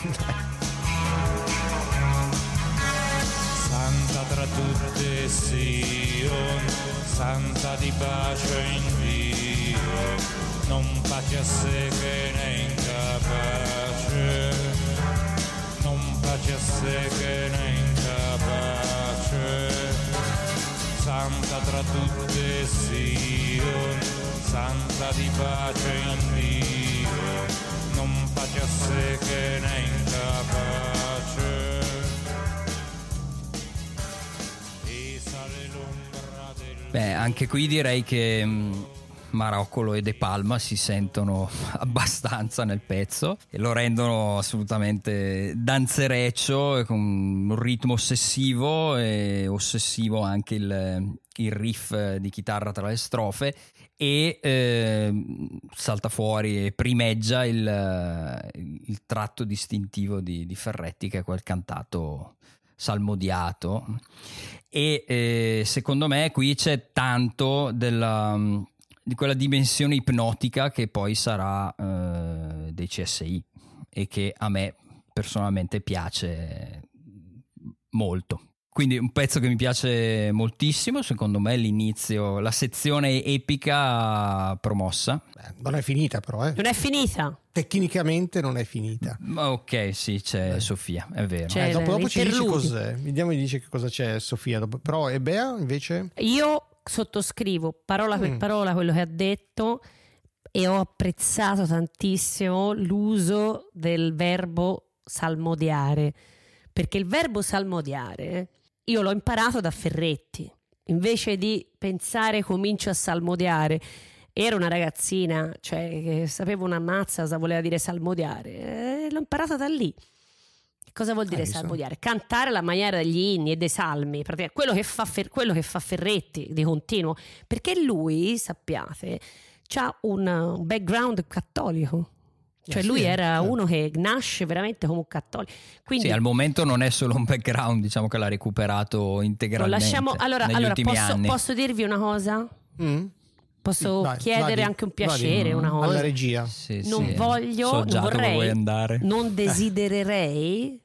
Santa tra tutte Sion, santa di pace in Dio, non pace a sé che ne incapace, non pace a sé che ne incapace. Santa tra tutte Sion, santa di pace in Dio, non pace a sé che ne incapace. Beh, anche qui direi che Maroccolo e De Palma si sentono abbastanza nel pezzo e lo rendono assolutamente danzereccio, con un ritmo ossessivo, e ossessivo anche il riff di chitarra tra le strofe, e salta fuori e primeggia il tratto distintivo di Ferretti, che è quel cantato salmodiato. E secondo me qui c'è tanto di quella dimensione ipnotica che poi sarà dei CSI, e che a me personalmente piace molto. Quindi un pezzo che mi piace moltissimo, secondo me l'inizio, la sezione epica promossa. Non è finita però, Non è finita. Tecnicamente non è finita. Ma ok, sì, c'è Sofia, è vero. C'è Dopo ci dici l'interludio. cos'è. Vediamo, mi dice che cosa c'è Sofia. Però e Bea invece? Io sottoscrivo parola per parola quello che ha detto, e ho apprezzato tantissimo l'uso del verbo salmodiare, perché il verbo salmodiare io l'ho imparato da Ferretti. Invece di pensare comincio a salmodiare, era una ragazzina, cioè che sapevo una mazza cosa voleva dire salmodiare, l'ho imparata da lì. Che cosa vuol dire salmodiare? Cantare alla maniera degli inni e dei salmi, quello che fa Ferretti di continuo, perché lui, sappiate, ha un background cattolico. Cioè lui era uno che nasce veramente come un cattolico. Quindi sì, al momento non è solo un background, diciamo che l'ha recuperato integralmente. negli ultimi anni. Posso dirvi una cosa? Posso chiedere anche un piacere, una cosa? Alla regia. Sì, Non sì. voglio, So già non dove vuoi vorrei, andare. non desidererei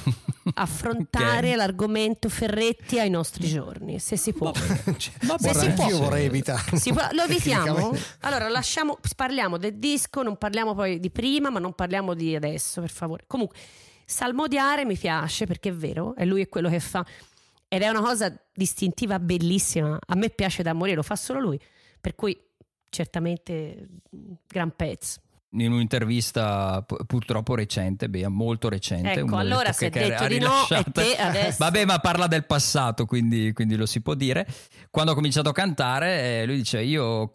affrontare Ok. l'argomento Ferretti ai nostri giorni, se si può. Se si può. Io vorrei evitare. Lo evitiamo? Tecnicamente. Allora parliamo del disco, non parliamo poi di prima, ma non parliamo di adesso, per favore. Comunque, salmodiare mi piace, perché è vero, è lui è quello che fa, ed è una cosa distintiva, bellissima. A me piace da morire, lo fa solo lui, per cui certamente gran pezzo. In un'intervista purtroppo recente, molto recente, Ecco, una delle allora poche si è che detto ha di no, e rilasciato. te adesso... Vabbè, ma parla del passato, quindi lo si può dire. Quando ho cominciato a cantare, lui dice: io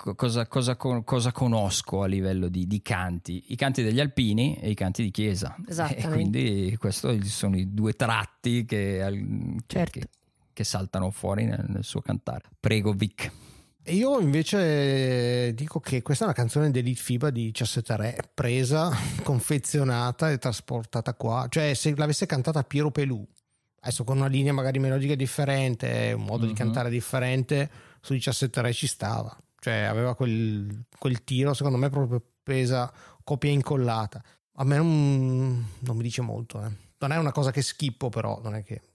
cosa conosco a livello di canti? I canti degli alpini e i canti di chiesa. Esattamente. E quindi questi sono i due tratti Certo. che saltano fuori nel suo cantare. Prego, Vic. E io invece dico che questa è una canzone dell'Elite FIBA di 17 presa, confezionata e trasportata qua. Cioè, se l'avesse cantata Piero Pelù, adesso con una linea magari melodica differente, un modo di cantare differente, su 17 ci stava. Cioè aveva quel tiro, secondo me proprio pesa, copia incollata. A me non mi dice molto. Non è una cosa che schippo, però non è che...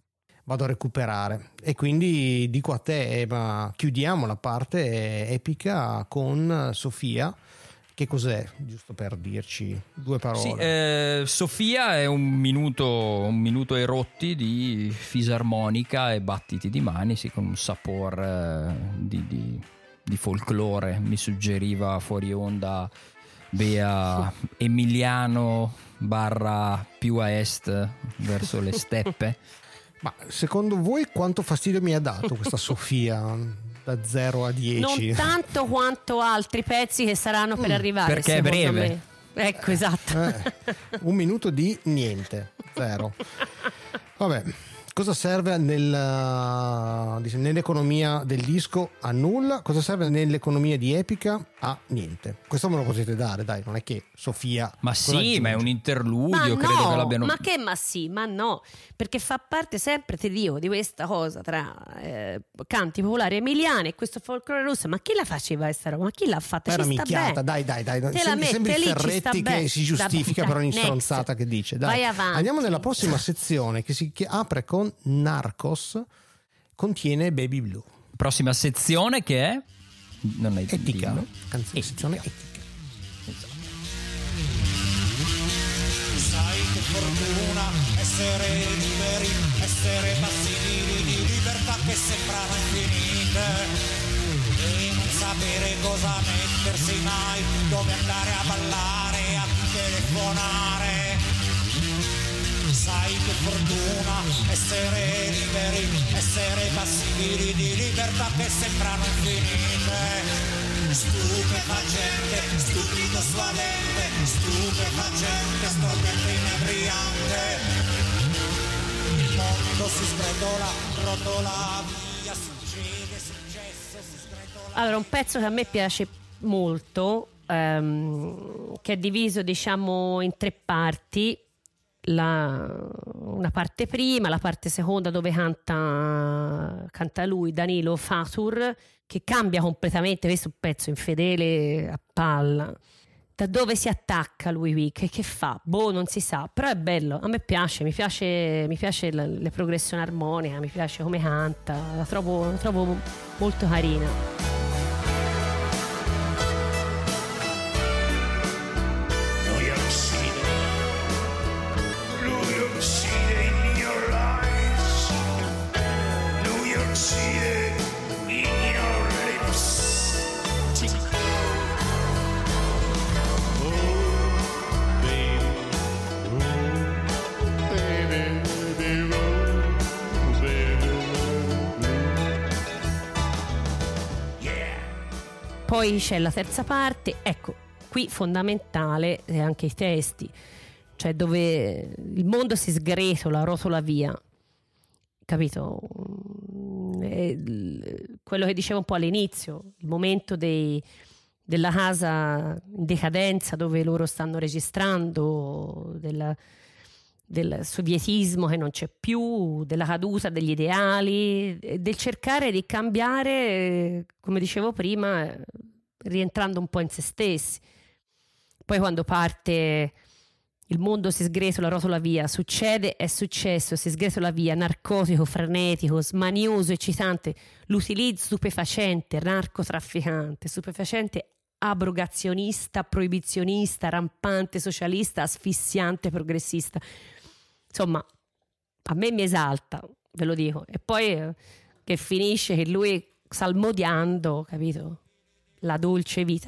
vado a recuperare. E quindi dico a te, ma chiudiamo la parte epica con Sofia. Che cos'è, giusto per dirci due parole? Sì, Sofia è un minuto e rotti di fisarmonica e battiti di mani, sì, con un sapore di folklore. Mi suggeriva fuori onda Bea Emiliano / più a est verso le steppe. Ma secondo voi quanto fastidio mi ha dato questa Sofia? Da 0 a 10. Non tanto quanto altri pezzi che saranno per arrivare. Perché è breve. Me. Ecco, esatto. Un minuto di niente, 0. Vabbè, cosa serve nell'economia del disco? A nulla. Cosa serve nell'economia di Epica? A niente. Questo me lo potete dare, dai, non è che Sofia... Ma sì, ma è un interludio, credo che l'abbiano... Ma no, perché fa parte sempre, ti dico, di questa cosa tra canti popolari emiliani e questo folklore russo. Ma chi la faceva questa roba? Ma chi l'ha fatta? Era ci sta minchiata, bene. dai. Sembri Ferretti che si giustifica per ogni stronzata che dice. Dai. Vai avanti. Andiamo nella prossima sezione che apre con Narcos, contiene Baby Blue. Prossima sezione che è... Non è etica, sezione etica. Sai che fortuna essere liberi, essere passivi di libertà che sembrano infinite e non sapere cosa mettersi mai, dove andare a ballare, a telefonare. Sai che fortuna essere liberi, essere passivi di libertà che sembrano infinite. Stupefacente, stupido, suadente, stupefacente, storpiante, inebriante. Il mondo si sgretola, rotola via, succede, successo, si sgretola. Allora, un pezzo che a me piace molto, che è diviso, diciamo, in 3 parti. Una parte prima, la parte seconda dove canta lui, Danilo Fatur, che cambia completamente. Questo è un pezzo infedele a palla. Da dove si attacca lui che fa? Non si sa, però è bello, a me piace, mi piace le progressioni armoniche, mi piace come canta, la trovo molto carina. Poi c'è la terza parte, ecco, qui fondamentale anche i testi, cioè dove il mondo si sgretola, rotola via, capito? Quello che dicevo un po' all'inizio, il momento della casa in decadenza dove loro stanno registrando, del sovietismo che non c'è più, della caduta degli ideali, del cercare di cambiare, come dicevo prima, rientrando un po' in se stessi. Poi quando parte il mondo si sgretola, rotola via, succede, è successo, si sgretola via, narcotico, frenetico, smanioso, eccitante, l'utilizzo stupefacente, narcotrafficante, stupefacente, abrogazionista, proibizionista, rampante, socialista, asfissiante, progressista. Insomma, a me mi esalta, ve lo dico. E poi che finisce che lui salmodiando, capito? La dolce vita,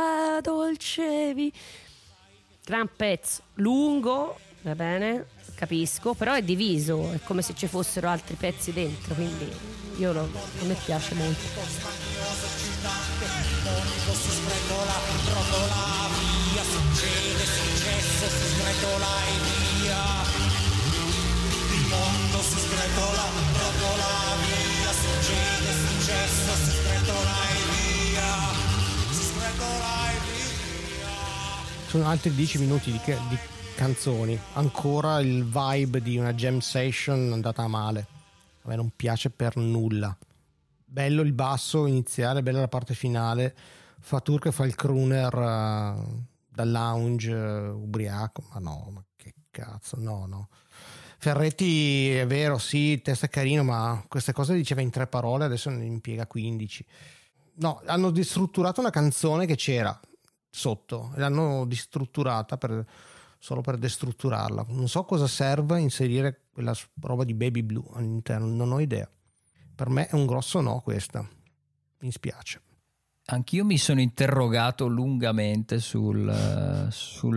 gran pezzo, lungo, va bene, capisco, però è diviso, è come se ci fossero altri pezzi dentro, quindi a me piace molto. Si sgretola, rotola via, succede, successo, si sgretola e via. Il mondo si sgretola, rotola via, succede, successo, si sgretola e via. Si sgretola e via. Sono altri 10 minuti di canzoni, ancora il vibe di una jam session andata a male. A me non piace per nulla. Bello il basso iniziale, bella la parte finale. Fatur che fa il crooner dal lounge ubriaco, ma che cazzo, no. Ferretti è vero, sì, il testo è carino, ma queste cose le diceva in 3 parole, adesso ne impiega 15. No, hanno distrutturato una canzone che c'era sotto e l'hanno distrutturata solo per destrutturarla. Non so cosa serve inserire quella roba di Baby Blue all'interno, non ho idea. Per me è un grosso no questa, mi spiace. Anch'io mi sono interrogato lungamente sulla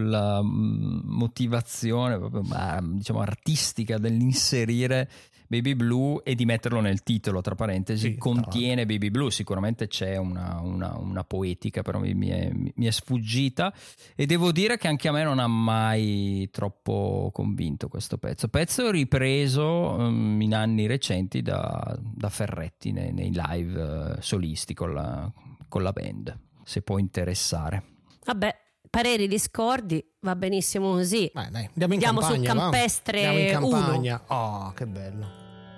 motivazione proprio, diciamo, artistica dell'inserire Baby Blue e di metterlo nel titolo, tra parentesi, sì, contiene Baby Blue. Sicuramente c'è una poetica, però mi è sfuggita, e devo dire che anche a me non ha mai troppo convinto questo pezzo ripreso in anni recenti da Ferretti nei live solisti con la band, se può interessare. Vabbè, pareri discordi, va benissimo così. Dai, andiamo in Andiamo campagna, su Campestre andiamo in 1. campagna. Oh, che bello.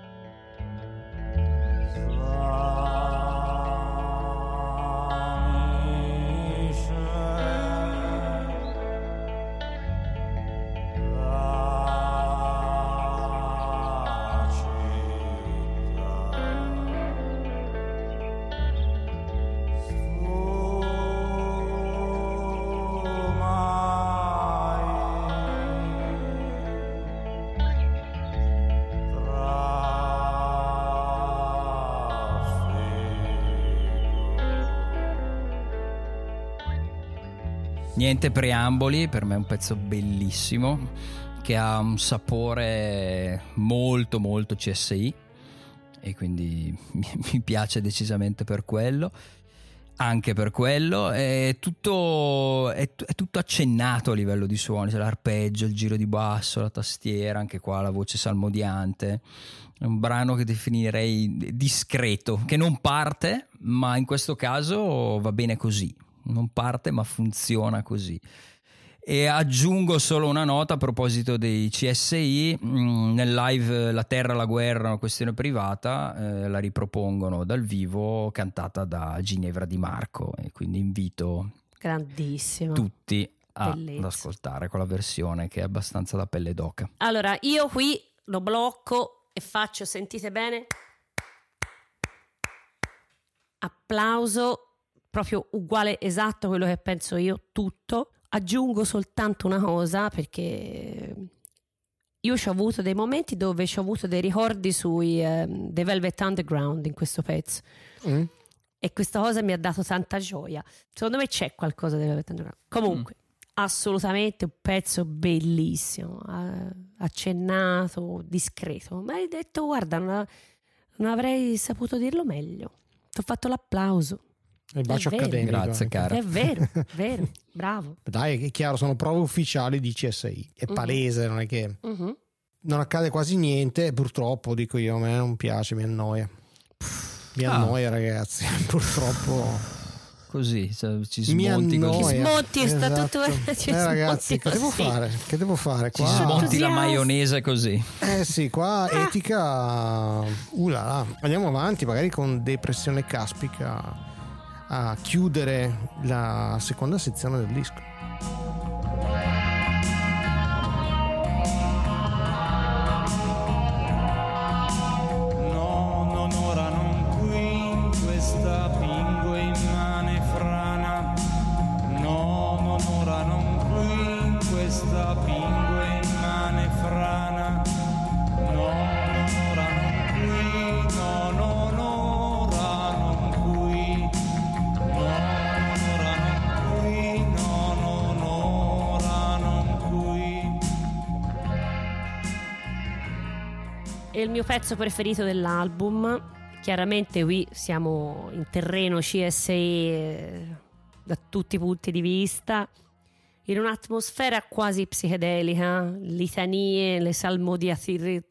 Niente preamboli, per me è un pezzo bellissimo che ha un sapore molto molto CSI e quindi mi piace decisamente per quello. Anche per quello è tutto accennato a livello di suoni, c'è l'arpeggio, il giro di basso, la tastiera, anche qua la voce salmodiante. È un brano che definirei discreto, che non parte, ma in questo caso va bene così. Non parte ma funziona così. E aggiungo solo una nota a proposito dei CSI: nel live La Terra, la guerra, una questione privata, la ripropongono dal vivo cantata da Ginevra Di Marco, e quindi invito grandissimo tutti ad ascoltare quella versione che è abbastanza da pelle d'oca. Allora io qui lo blocco e faccio, sentite bene, applauso proprio uguale, esatto quello che penso io, tutto. Aggiungo soltanto una cosa, perché io ci ho avuto dei momenti dove ci ho avuto dei ricordi sui The Velvet Underground in questo pezzo, e questa cosa mi ha dato tanta gioia. Secondo me c'è qualcosa di Velvet Underground. Comunque assolutamente un pezzo bellissimo, accennato, discreto, ma hai detto guarda, non avrei saputo dirlo meglio, ti ho fatto l'applauso. Il bacio accademico. Grazie, cara. È vero, vero, bravo. Dai, è chiaro, sono prove ufficiali di CSI. È palese, non è che non accade quasi niente. Purtroppo, dico io, a me non piace, mi annoia. Mi annoia, ragazzi. Purtroppo. Così ci smonti così. Ci smonti, esatto. smonti Ragazzi, che devo fare qua? Ci smonti la maionese così. Sì, qua etica. Là. Andiamo avanti, magari con depressione caspica, a chiudere la seconda sezione del disco. No, non ora, non qui, questa pingue immane frana. No, non ora, non qui, questa pingue immane frana. No, non ora, non qui, no, non ora, non qui. È il mio pezzo preferito dell'album. Chiaramente qui siamo in terreno CSI da tutti i punti di vista, in un'atmosfera quasi psichedelica, litanie, le salmodiazioni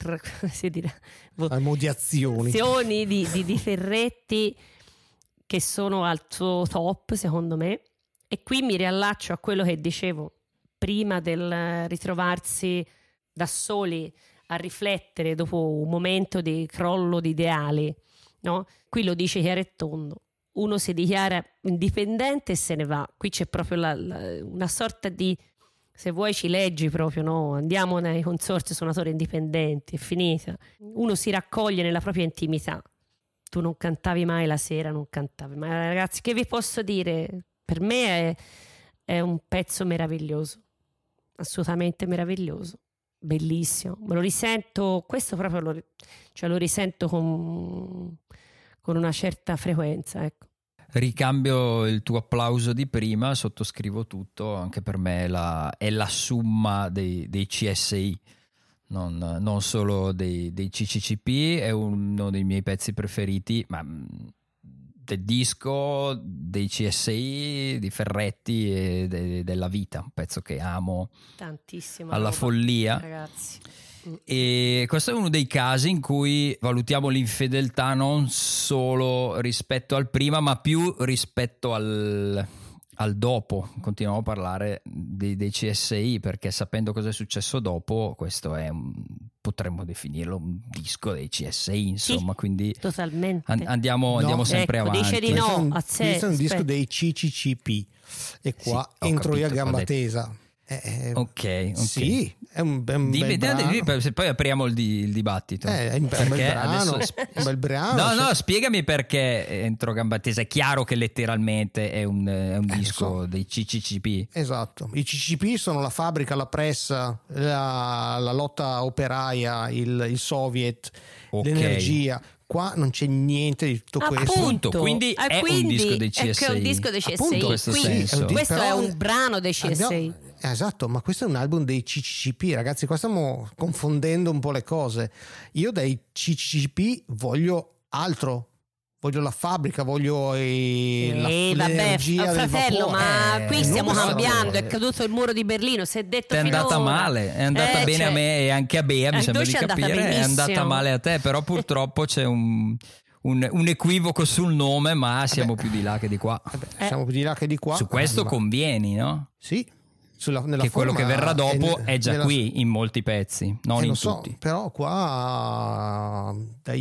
di Ferretti che sono al suo top secondo me. E qui mi riallaccio a quello che dicevo prima del ritrovarsi da soli a riflettere dopo un momento di crollo di ideali, no? Qui lo dice chiaro e tondo: uno si dichiara indipendente e se ne va. Qui c'è proprio una sorta di Se vuoi ci leggi proprio, no? Andiamo nei consorzi suonatori indipendenti, è finita. Uno si raccoglie nella propria intimità. Tu non cantavi mai la sera, non cantavi mai. Ragazzi, che vi posso dire? Per me è un pezzo meraviglioso, assolutamente meraviglioso, bellissimo. Me lo risento, questo proprio lo risento con una certa frequenza, ecco. Ricambio il tuo applauso di prima, sottoscrivo tutto, anche per me è la summa dei CSI, non solo dei CCCP, è uno dei miei pezzi preferiti, ma del disco, dei CSI, di Ferretti e della vita, un pezzo che amo tantissimo alla roba, follia, ragazzi. E questo è uno dei casi in cui valutiamo l'infedeltà non solo rispetto al prima, ma più rispetto al dopo. Continuiamo a parlare dei CSI, perché sapendo cosa è successo dopo, questo potremmo definirlo un disco dei CSI, insomma, sì, quindi totalmente. andiamo sempre ecco, avanti. Dice di no a sé. Questo è un disco dei CCCP e qua Sì, entro io a capito, gamba tesa. Ok. Sì, è un bel brano. Se poi apriamo il dibattito. È un bel brano, un bel brano. No, spiegami perché entro gamba tesa. È chiaro che letteralmente è un disco dei CCCP. Esatto, i CCCP sono la fabbrica, la pressa, la lotta operaia, il Soviet, l'energia. Qua non c'è niente di tutto questo. Appunto, quindi è un disco dei CSI. È un disco dei CSI. Appunto, in questo senso. Questo Però è un brano dei CSI. Esatto, ma questo è un album dei CCCP, ragazzi, qua stiamo confondendo un po' le cose. Io dai CCCP voglio altro. Voglio la fabbrica, voglio l'energia del fratello, vapore. ma qui stiamo non cambiando, so. è caduto il muro di Berlino, si è detto È andata finora. male, è andata bene cioè, a me e anche a Bea, mi sembra di invece è andata capire, è andata benissimo. male a te, però purtroppo c'è un equivoco sul nome, ma siamo più di là che di qua. Siamo più di là che di qua. Su questo ma- convieni, no? Sì. Nella Che quello forma che verrà dopo è già nella- qui in molti pezzi, non in lo so, tutti. però qua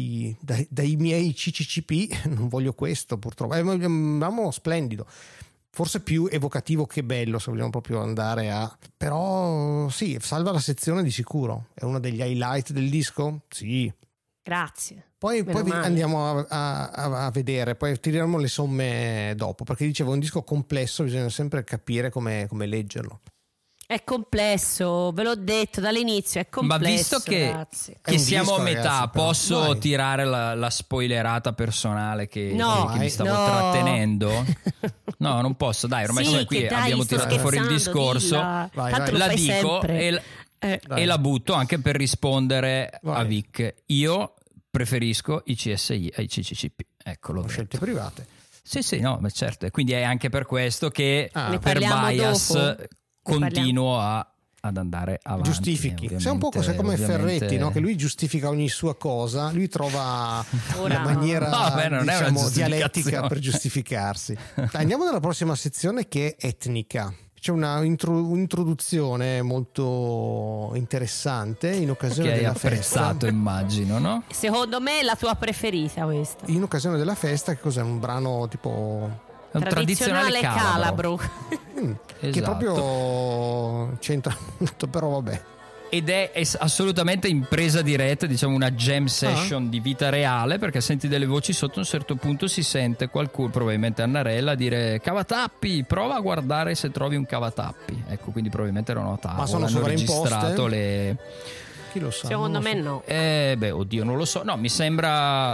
dai miei CCCP non voglio questo, purtroppo. È un brano splendido, forse più evocativo che bello, se vogliamo proprio andare a... Però sì, salva la sezione di sicuro. È uno degli highlight del disco? Sì. Grazie. Poi Male. andiamo a vedere, poi tiriamo le somme dopo, perché dicevo, un disco complesso, bisogna sempre capire come leggerlo. È complesso, ve l'ho detto dall'inizio, è complesso. Ma visto ragazzi. che un siamo disco, a metà, ragazzi, però. posso Vai. tirare la spoilerata personale che mi stavo No. trattenendo? No, non posso, dai, ormai Sì, siamo qui, che dai, abbiamo sto tirato fuori il scherzando, discorso. dilla. Vai, Tanto vai. lo La fai dico sempre. e la butto anche per rispondere Vai. a Vic. Io preferisco i CSI ai CCCP. Eccolo. Scelte private. Sì, no, ma certo. E quindi è anche per questo che Ne per parliamo bias dopo? continuo ad andare avanti. Giustifichi. Sei un po' come Ferretti, no? Che lui giustifica ogni sua cosa, lui trova Ora la maniera Vabbè, non è una diciamo, giustificazione. dialettica per giustificarsi. Dai, andiamo nella prossima sezione, che è etnica. C'è un'introduzione molto interessante in occasione che hai della festa. apprezzato, immagino, no? Secondo me è la tua preferita questa. In occasione della festa, che cos'è? Un brano tipo È un tradizionale calabro. che Esatto. proprio c'entra molto, però vabbè. Ed è assolutamente in presa diretta, diciamo una jam session di vita reale, perché senti delle voci sotto, a un certo punto si sente qualcuno, probabilmente Annarella, dire cavatappi, prova a guardare se trovi un cavatappi. Ecco, quindi probabilmente erano a tavola, Ma sono hanno sovraimposte? registrato le... Chi lo sa? Secondo Non lo me so. no. Oddio, non lo so. No, mi sembra...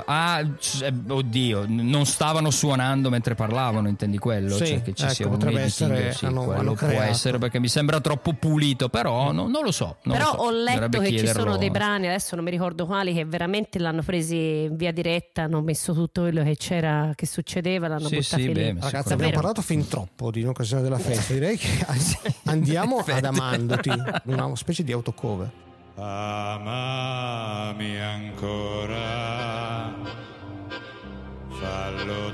oddio, non stavano suonando mentre parlavano, intendi quello? Sì, cioè che ci ecco, sia un potrebbe editing, essere, sì, hanno quello può creato. essere, perché mi sembra troppo pulito, però non lo so. non Però lo so. ho letto Dovrebbe che ci chiederlo. sono dei brani, adesso non mi ricordo quali, che veramente l'hanno presi in via diretta, hanno messo tutto quello che c'era, che succedeva, l'hanno Sì, buttati sì, lì. beh, Ragazzi, Davvero. abbiamo parlato fin troppo di un'occasione della festa. Direi che andiamo ad Amandoti, una specie di autocover. Amami ancora, fallo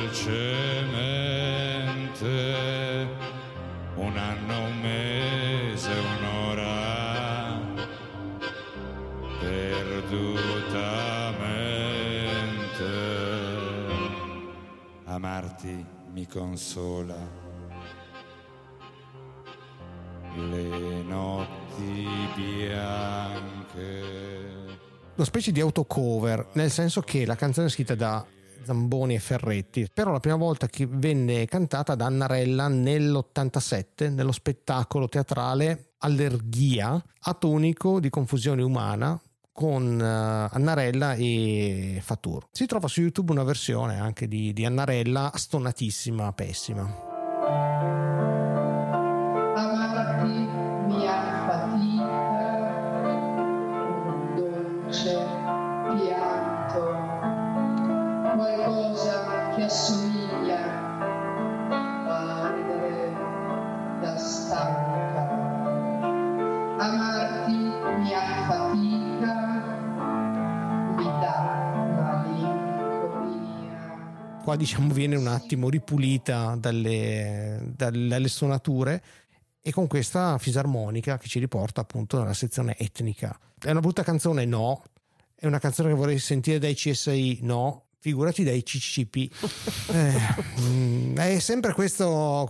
dolcemente, un anno, un mese, un'ora, perdutamente. Amarti mi consola. le notti bianche. Una specie di autocover, nel senso che la canzone è scritta da Zamboni e Ferretti, però la prima volta che venne cantata da Annarella nell'87 nello spettacolo teatrale Allergia, atto unico di confusione umana, con Annarella e Fatur. Si trova su YouTube una versione anche di Annarella stonatissima, pessima. Amarti mia fatica, un dolce pianto, qualcosa che assomiglia a ridere da stanca. Amarti mia fatica mi dà malinconia. Qua diciamo viene un attimo ripulita dalle suonature, e con questa fisarmonica che ci riporta appunto nella sezione etnica. È una brutta canzone? No. È una canzone che vorrei sentire dai CSI? No. Figurati dai CCP. È sempre questa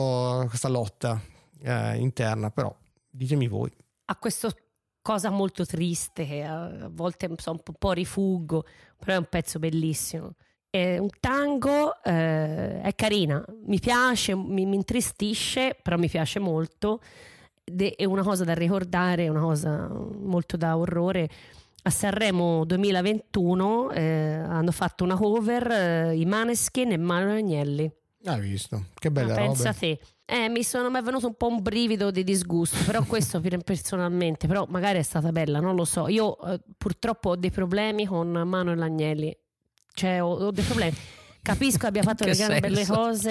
lotta interna, però ditemi voi. Ha questa cosa molto triste che a volte un po' rifuggo, però è un pezzo bellissimo. È un tango, è carina, mi piace, mi intristisce, però mi piace molto. È una cosa da ricordare, è una cosa molto da orrore. A Sanremo 2021 hanno fatto una cover, i Maneskin e Manuel Agnelli. Hai visto? Che bella roba. Pensa te. Mi è venuto un po' un brivido di disgusto, però questo personalmente, però magari è stata bella, non lo so. Io purtroppo ho dei problemi con Manuel Agnelli, cioè ho dei problemi. Capisco che abbia fatto le grandi belle cose.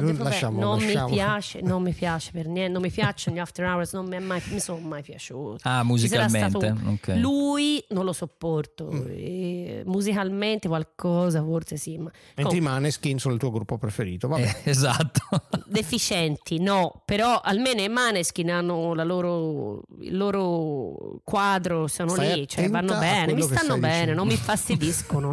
Non mi piace per niente, non mi piacciono gli After Hours, non mi sono mai piaciuti. Musicalmente okay. Lui non lo sopporto, musicalmente qualcosa forse sì, ma mentre i Maneskin sono il tuo gruppo preferito. Vabbè. Esatto. Deficienti no, però almeno i Maneskin hanno il loro quadro, sono lì, cioè vanno bene, mi stanno bene, non mi infastidiscono,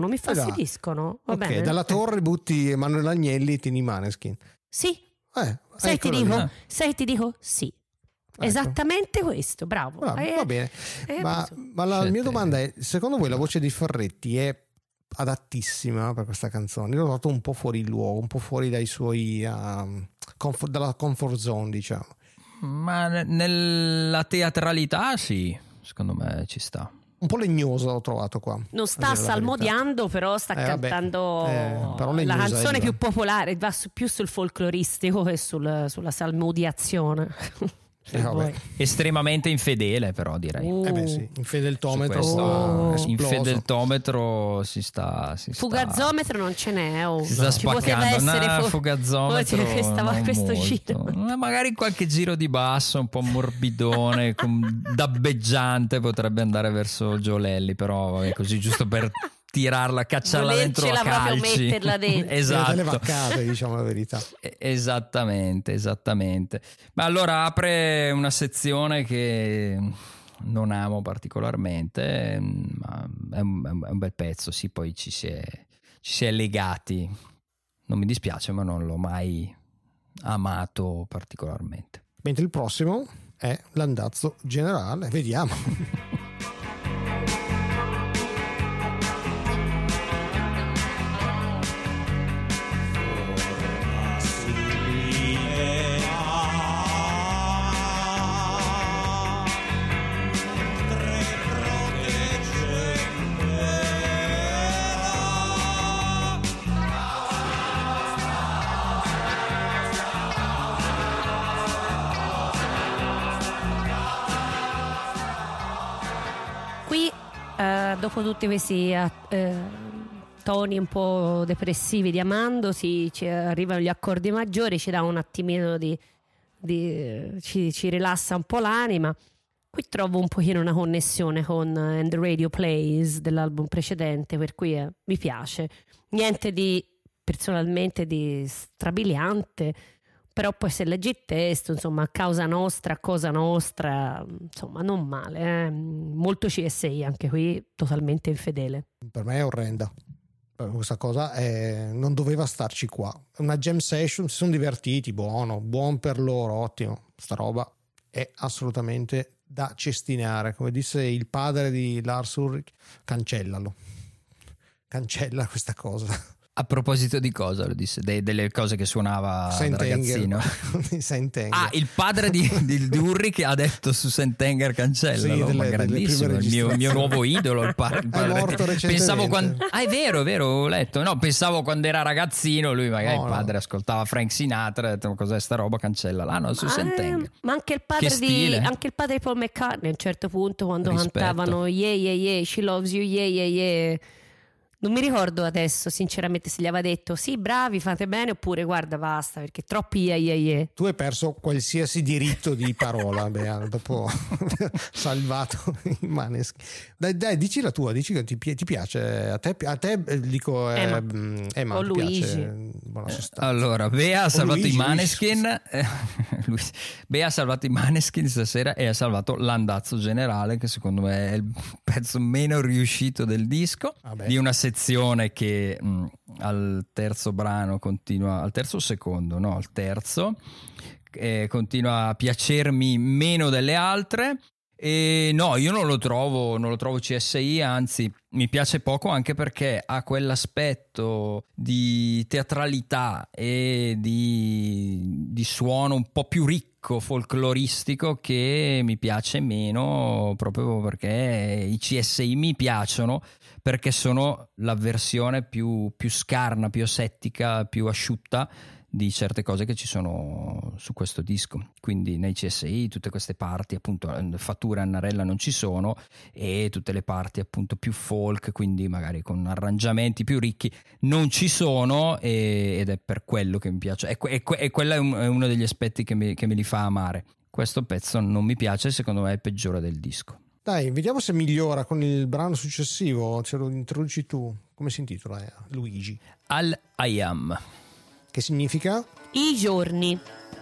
va okay, bene. Dalla torre butti Emanuele Agnelli e tieni i Maneskin. Sì. Sai ti dico sì. Ecco. Esattamente questo, bravo. Va bene. Ma la mia domanda è: secondo voi la voce di Ferretti è adattissima per questa canzone? L'ho trovato un po' fuori luogo, un po' fuori dai suoi dalla comfort zone, diciamo. Ma nella teatralità sì, secondo me ci sta. Un po' legnoso l'ho trovato qua. Non sta salmodiando, però sta cantando però la canzone più popolare, va più sul folcloristico che sulla salmodiazione. Estremamente infedele, però direi. Sì, infedeltometro infedeltometro si sta fugazzometro non ce n'è, si sta spaccando. Fugazzometro questo giro, magari qualche giro di basso un po' morbidone dabbeggiante potrebbe andare verso Giolelli, però vabbè, così giusto per tirarla, cacciarla dentro a calci, metterla dentro. Esatto. Delle vaccate, diciamo la verità. Esattamente. Ma allora apre una sezione che non amo particolarmente, ma è un bel pezzo, sì, poi ci si è legati. Non mi dispiace, ma non l'ho mai amato particolarmente. Mentre il prossimo è l'andazzo generale, vediamo. Dopo tutti questi toni un po' depressivi di Amando ci arrivano gli accordi maggiori, ci dà un attimino ci rilassa un po' l'anima. Qui trovo un pochino una connessione con And the Radio Plays dell'album precedente, per cui mi piace. Niente di personalmente di strabiliante, però poi se leggi il testo, insomma, cosa nostra, insomma, non male, molto CSI anche qui, totalmente infedele. Per me è orrenda. Questa cosa non doveva starci qua. Una jam session, si sono divertiti, buon per loro, ottimo. Sta roba è assolutamente da cestinare. Come disse il padre di Lars Ulrich, cancella questa cosa. A proposito di cosa lo disse? Delle cose che suonava da ragazzino. Ah, il padre di Ulrich ha detto su Sentenger cancellalo, ma grandissimo, il mio nuovo idolo, il padre. È morto recentemente. È vero, ho letto. No, pensavo quando era ragazzino, lui magari il padre ascoltava Frank Sinatra, ha detto cos'è sta roba, cancellala. No, su Sentenger. Ma anche il padre di Paul McCartney a un certo punto, quando cantavano Yeah yeah yeah, she loves you, yeah yeah yeah. Non mi ricordo adesso sinceramente se gli aveva detto sì, bravi, fate bene, oppure guarda basta perché troppi yeah. Tu hai perso qualsiasi diritto di parola dopo salvato i Maneskin. Dai, dici la tua, dici che ti piace a te dico Emma o ti Luigi piace, buona sostanza. Allora Bea ha salvato i Maneskin Bea ha salvato i Maneskin stasera e ha salvato l'andazzo generale, che secondo me è il pezzo meno riuscito del disco. Di una sezione che al terzo brano continua, al terzo continua a piacermi meno delle altre. E no, io non lo trovo CSI, anzi mi piace poco, anche perché ha quell'aspetto di teatralità e di suono un po' più ricco, folcloristico, che mi piace meno, proprio perché i CSI mi piacciono perché sono la versione più scarna, più asettica, più asciutta di certe cose che ci sono su questo disco. Quindi nei CSI tutte queste parti, appunto fattura e annarella non ci sono, e tutte le parti appunto più folk, quindi magari con arrangiamenti più ricchi, non ci sono, ed è per quello che mi piace, e quello è uno degli aspetti che me li fa amare. Questo pezzo non mi piace, secondo me è il peggiore del disco. Dai, vediamo se migliora con il brano successivo. Ce lo introduci tu. Come si intitola, Luigi? I Am. Che significa? I giorni.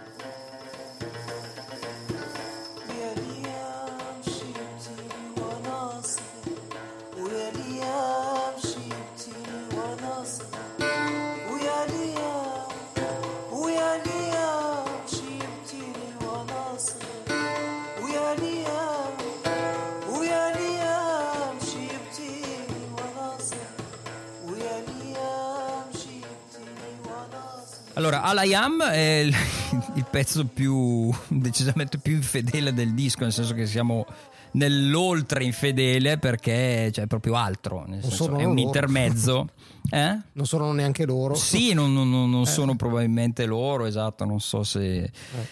Allora, All I Am è il pezzo decisamente più infedele del disco, nel senso che siamo nell'oltre infedele, perché c'è proprio altro, nel senso, è un intermezzo. Non sono neanche loro. Sì, non sono probabilmente loro, esatto, non so se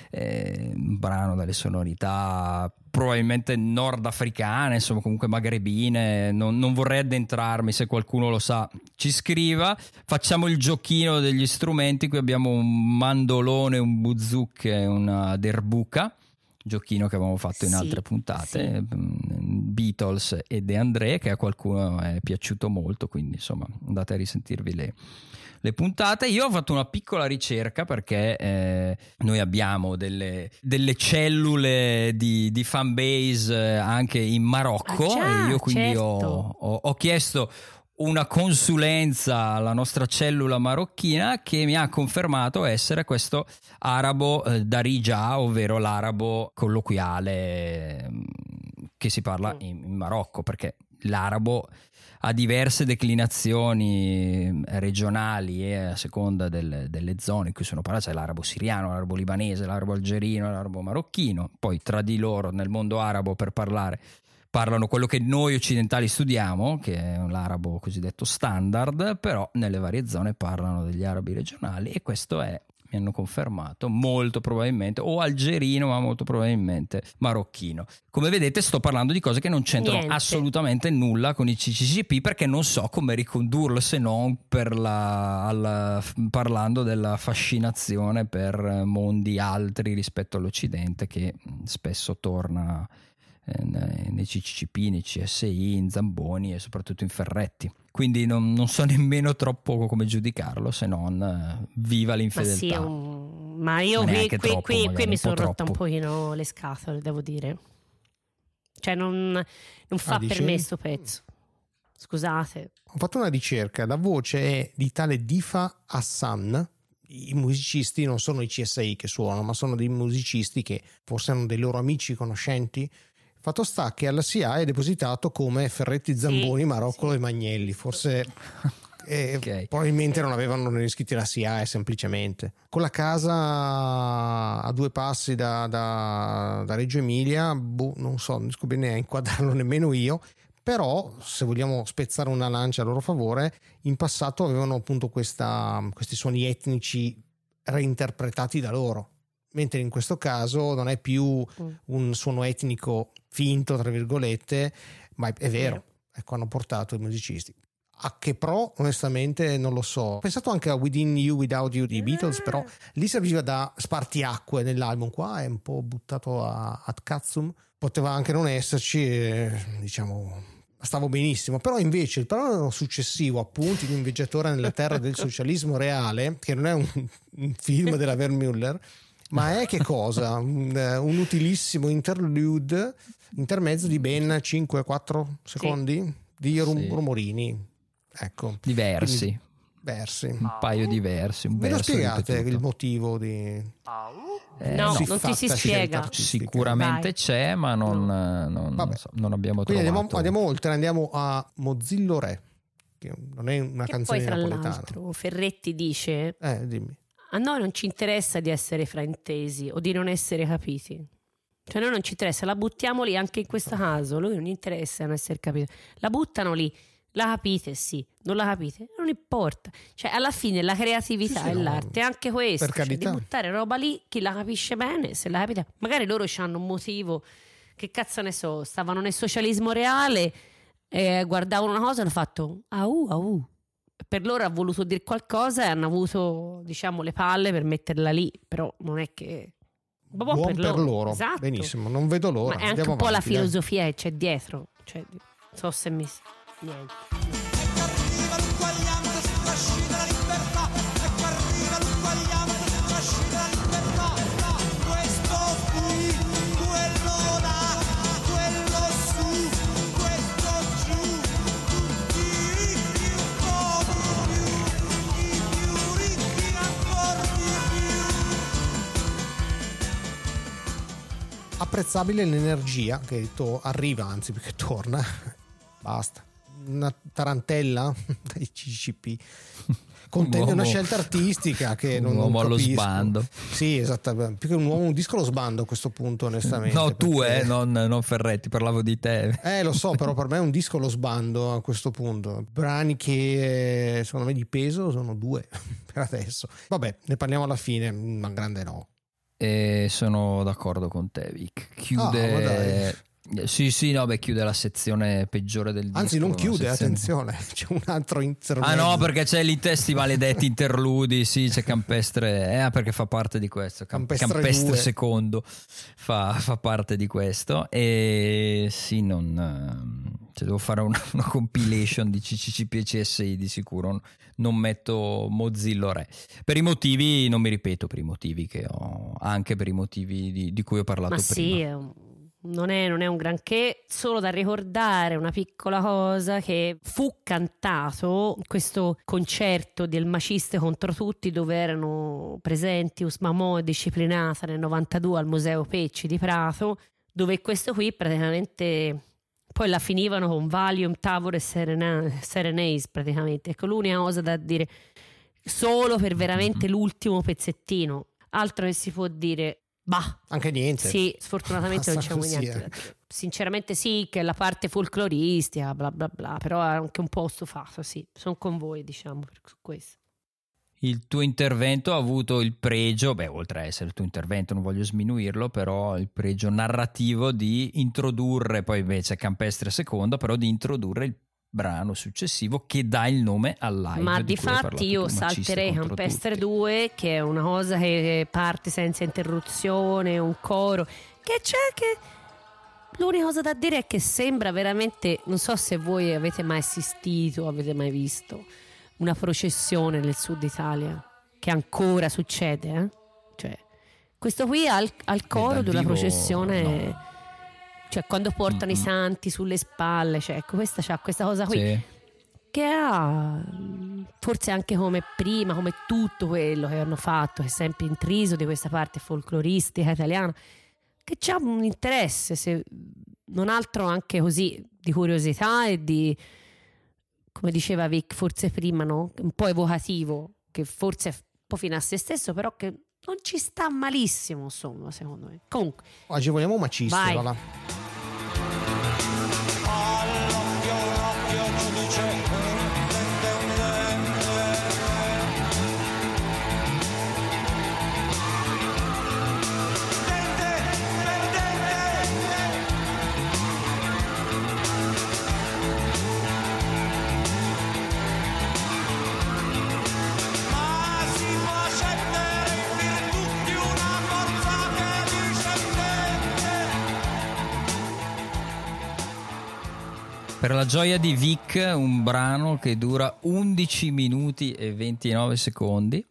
è un brano dalle sonorità probabilmente nordafricane, insomma comunque magrebine, non vorrei addentrarmi, se qualcuno lo sa ci scriva. Facciamo il giochino degli strumenti, qui abbiamo un mandolone, un buzuc e una derbuca, giochino che avevamo fatto in altre puntate, Beatles e De André, che a qualcuno è piaciuto molto, quindi insomma andate a risentirvi le puntate. Io ho fatto una piccola ricerca perché noi abbiamo delle cellule di fanbase anche in Marocco, e io quindi ho chiesto una consulenza alla nostra cellula marocchina, che mi ha confermato essere questo arabo Darija, ovvero l'arabo colloquiale che si parla in Marocco, perché l'arabo ha diverse declinazioni regionali e a seconda delle zone in cui sono parlate. C'è l'arabo siriano, l'arabo libanese, l'arabo algerino, l'arabo marocchino. Poi tra di loro nel mondo arabo parlano quello che noi occidentali studiamo, che è l'arabo cosiddetto standard, però nelle varie zone parlano degli arabi regionali, e questo mi hanno confermato, molto probabilmente o algerino, ma molto probabilmente marocchino. Come vedete sto parlando di cose che non c'entrano assolutamente nulla con i CCCP, perché non so come ricondurlo, se non parlando della fascinazione per mondi altri rispetto all'Occidente, che spesso torna nei CCCP, nei CSI, in Zamboni e soprattutto in Ferretti. Quindi non so nemmeno troppo come giudicarlo, se non viva l'infedeltà. Ma io qui mi sono rotta un pochino le scatole, devo dire. Cioè non fa per me sto pezzo. Scusate. Ho fatto una ricerca, la voce è di tale Difa Hassan, i musicisti non sono i CSI che suonano, ma sono dei musicisti che forse hanno dei loro amici, conoscenti. Fatto sta che alla SIAE è depositato come Ferretti, Zamboni, Maroccolo e Magnelli, forse Okay. probabilmente non avevano iscritti alla SIAE semplicemente. Con la casa a 2 passi da Reggio Emilia, non so, non riesco bene a inquadrarlo nemmeno io, però se vogliamo spezzare una lancia a loro favore, in passato avevano appunto questi suoni etnici reinterpretati da loro, mentre in questo caso non è più un suono etnico finto tra virgolette, ma è vero. Ecco, hanno portato i musicisti a che pro, onestamente non lo so. Ho pensato anche a Within You Without You di Beatles, però lì serviva da spartiacque nell'album, qua è un po' buttato ad cazzum, poteva anche non esserci, diciamo stavo benissimo. Però invece il brano successivo, Appunti di un viaggiatore nella terra del socialismo reale, che non è un film della Vermeulen, ma è che cosa? Un utilissimo intermezzo di ben 5-4 secondi di rumorini, ecco, diversi. Un paio di versi. Me lo spiegate il motivo di no, non ti si spiega. Sicuramente c'è, ma non abbiamo quindi trovato. andiamo oltre, andiamo a Mozillo Re, che non è una canzone poi, tra napoletana. l'altro, Ferretti dice: dimmi. a noi non ci interessa di essere fraintesi o di non essere capiti. Cioè, a noi non ci interessa, la buttiamo lì anche in questo caso. Lui non interessa non essere capito. La buttano lì, la capite? Sì, non la capite? Non importa. Cioè, alla fine la creatività e l'arte è anche questo. Per cioè, carità. di buttare roba lì, chi la capisce bene, se la capite. Magari loro hanno un motivo, che cazzo ne so, stavano nel socialismo reale, guardavano una cosa e hanno fatto au. Per loro ha voluto dire qualcosa e hanno avuto, diciamo, le palle per metterla lì, però non è che Buon per loro. Esatto. Benissimo, non vedo l'ora. Ma è anche Andiamo un po' la avanti, dai. filosofia che c'è dietro, cioè, non so se mi niente. Arriva l'uguaglianza, si trascina la libertà. Ecco arriva l'uguaglianza, si trascina la libertà. Questo qui, quello là, quello su, questo giù. Tutti ricchi un po' di più, i più ricchi ancora di più. Apprezzabile l'energia che arriva, anzi perché torna. Basta. Una tarantella dai CCP contende una scelta artistica che un non uomo allo capisco. sbando. Sì, esattamente, più che un disco allo sbando a questo punto, onestamente. No, tu perché... non Ferretti, parlavo di te. Lo so, però per me è un disco allo sbando a questo punto. Brani che secondo me di peso sono 2 per adesso. Vabbè, ne parliamo alla fine, ma grande no. Sono d'accordo con te, Vic. Ma dai. Sì, no, chiude la sezione peggiore del disco. Anzi, non chiude, sezione... attenzione, c'è un altro intermezzo. Ah no, perché c'è lì testi maledetti interludi, sì, c'è Campestre, perché fa parte di questo. Campestre secondo fa parte di questo. E sì, devo fare una compilation di CCCP e CSI di sicuro. Non metto Mozillo Re per i motivi, non mi ripeto, per i motivi che ho, anche per i motivi di cui ho parlato prima. Sì, non è un granché, solo da ricordare una piccola cosa, che fu cantato questo concerto del Maciste contro tutti, dove erano presenti Usmamo e Disciplinata nel 92 al Museo Pecci di Prato, dove questo qui praticamente poi la finivano con Valium, Tavor e Serenade praticamente. Ecco, l'unica cosa da dire, solo per veramente l'ultimo pezzettino, altro che si può dire. Bah, anche niente. Sì, sfortunatamente non c'è niente da dire. Sinceramente sì, che la parte folcloristica, bla bla bla, però è anche un po' stufato, sì. Sono con voi, diciamo, per questo. Il tuo intervento ha avuto il pregio, oltre a essere il tuo intervento, non voglio sminuirlo, però il pregio narrativo di introdurre, poi invece Campestre secondo, però di introdurre il brano successivo che dà il nome al live. Ma di fatti io salterei Campestre 2, che è una cosa che parte senza interruzione, un coro che c'è, che l'unica cosa da dire è che sembra veramente, non so se voi avete mai assistito, avete mai visto una processione nel sud Italia, che ancora succede, cioè questo qui al coro di una processione, no. Cioè quando portano i santi sulle spalle, cioè ecco, questa cosa qui, sì, che ha forse anche come prima, come tutto quello che hanno fatto, che è sempre intriso di questa parte folcloristica italiana, che c'ha un interesse, se non altro anche così, di curiosità e di, come diceva Vic forse prima, no? Un po' evocativo, che forse è un po' fine a se stesso, però che non ci sta malissimo, insomma, secondo me. Comunque oggi vogliamo un macista, vai. va là. Per la gioia di Vic, un brano che dura 11 minuti e 29 secondi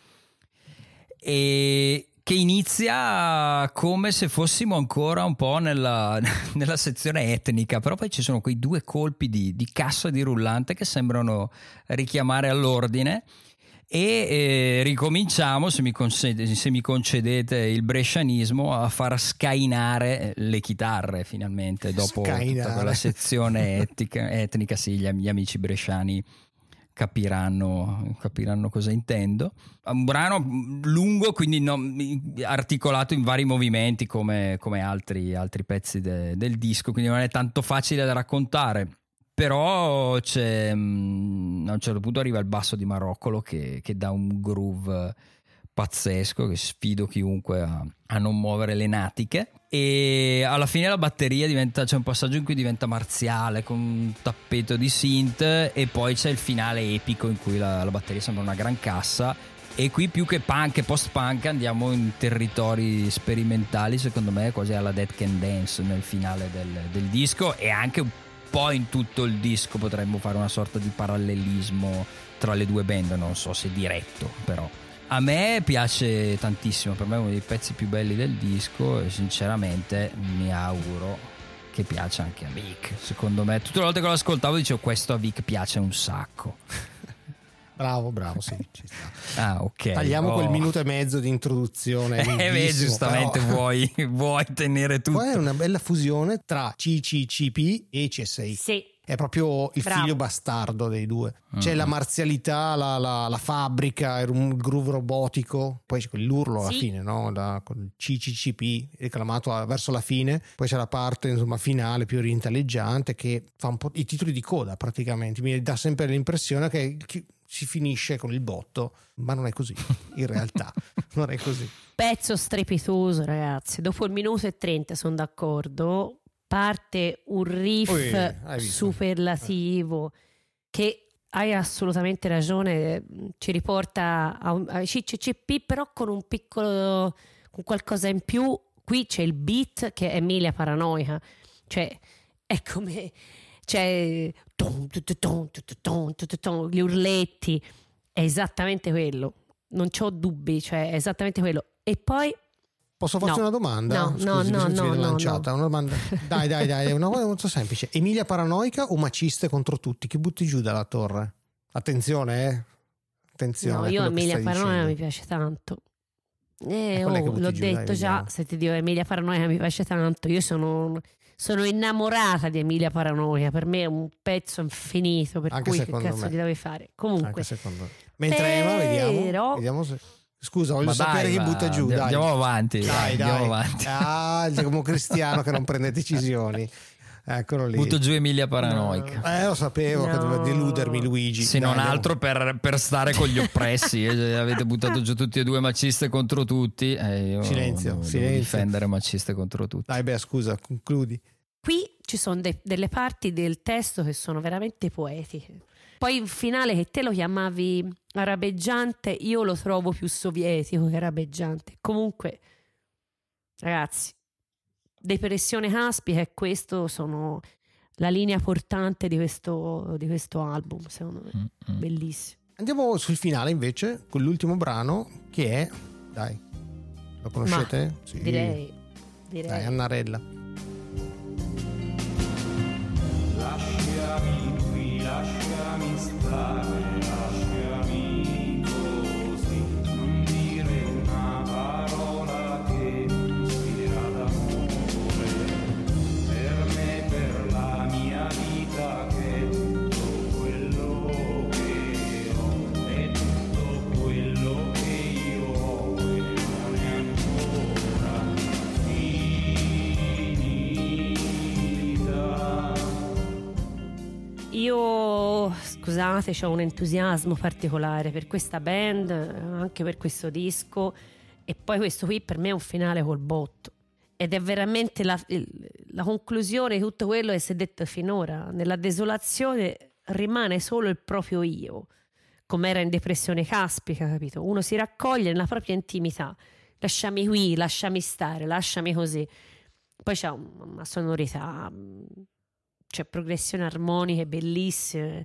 e che inizia come se fossimo ancora un po' nella sezione etnica, però poi ci sono quei due colpi di cassa di rullante che sembrano richiamare all'ordine. E ricominciamo, se mi concedete il brescianismo, a far scainare le chitarre finalmente dopo tutta quella sezione etnica. Sì, gli amici bresciani capiranno cosa intendo. Un brano lungo, quindi articolato in vari movimenti come altri pezzi del disco, quindi non è tanto facile da raccontare. Però c'è, a un certo punto arriva il basso di Maroccolo che dà un groove pazzesco, che sfido chiunque a non muovere le natiche, e alla fine la batteria c'è un passaggio in cui diventa marziale con un tappeto di synth, e poi c'è il finale epico in cui la batteria sembra una gran cassa. E qui più che punk e post-punk andiamo in territori sperimentali, secondo me quasi alla Dead Can Dance nel finale del disco, e anche un po' in tutto il disco potremmo fare una sorta di parallelismo tra le due band, non so se diretto, però a me piace tantissimo, per me è uno dei pezzi più belli del disco e sinceramente mi auguro che piaccia anche a Vic. Secondo me tutte le volte che lo ascoltavo dicevo questo a Vic piace un sacco. Bravo, sì, ci sta. Ah, ok. Tagliamo quel minuto e mezzo di introduzione. Giustamente, però vuoi tenere tutto. Poi è una bella fusione tra CCCP e CSI. Sì. È proprio il figlio bastardo dei due. C'è la marzialità, la fabbrica, il groove robotico, poi c'è quell'urlo alla fine, no? Con il CCCP reclamato verso la fine. Poi c'è la parte, insomma, finale più orientaleggiante che fa un po' i titoli di coda praticamente. Mi dà sempre l'impressione che si finisce con il botto, ma non è così. In realtà non è così. Pezzo strepitoso, ragazzi. Dopo il minuto e 30 sono d'accordo. Parte un riff superlativo che, hai assolutamente ragione, ci riporta a CCCP, però con un piccolo, con qualcosa in più. Qui c'è il beat che è Emilia Paranoica, cioè è come c'è gli urletti, è esattamente quello, non c'ho dubbi, cioè è esattamente quello. E poi posso farti una domanda? No. Una domanda. Dai, una cosa molto semplice. Emilia Paranoica o Maciste contro tutti? Che butti giù dalla torre? Attenzione, Attenzione. No, io Emilia Paranoica mi piace tanto. L'ho detto già, se ti dico Emilia Paranoica mi piace tanto. Io sono innamorata di Emilia Paranoica. Per me è un pezzo infinito, per anche cui che cazzo me. Ti devi fare? Comunque, anche secondo me. Mentre Emma, vediamo se... Scusa, voglio sapere chi butta giù. Andiamo avanti. Andiamo avanti. Come Cristiano che non prende decisioni. Eccolo lì. Butto giù Emilia Paranoica. Lo sapevo che doveva deludermi Luigi. Se non altro per stare con gli oppressi. Avete buttato giù tutti e due Maciste contro tutti. Io silenzio. Devo difendere Maciste contro tutti. Dai, scusa, concludi. Qui ci sono delle parti del testo che sono veramente poetiche. Poi il finale, che te lo chiamavi arabeggiante, io lo trovo più sovietico che arabeggiante. Comunque, ragazzi, depressione caspica e questo sono la linea portante di questo album, secondo me. Bellissimo. Andiamo sul finale invece con l'ultimo brano che è, dai, lo conoscete? Sì. Direi. Dai, Annarella. Lasciami qui lasciami stare, lasciami così, non dire una parola che ispira d'amore, per me, per la mia vita, che è tutto quello che ho, è tutto quello che io ho e non è ancora finita. Io, scusate, ho un entusiasmo particolare per questa band, anche per questo disco, e poi questo qui per me è un finale col botto, ed è veramente la conclusione di tutto quello che si è detto finora. Nella desolazione rimane solo il proprio io, come era in Depressione Caspica, capito? Uno si raccoglie nella propria intimità, lasciami qui, lasciami stare, lasciami così. Poi c'è una sonorità, c'è progressioni armoniche bellissime,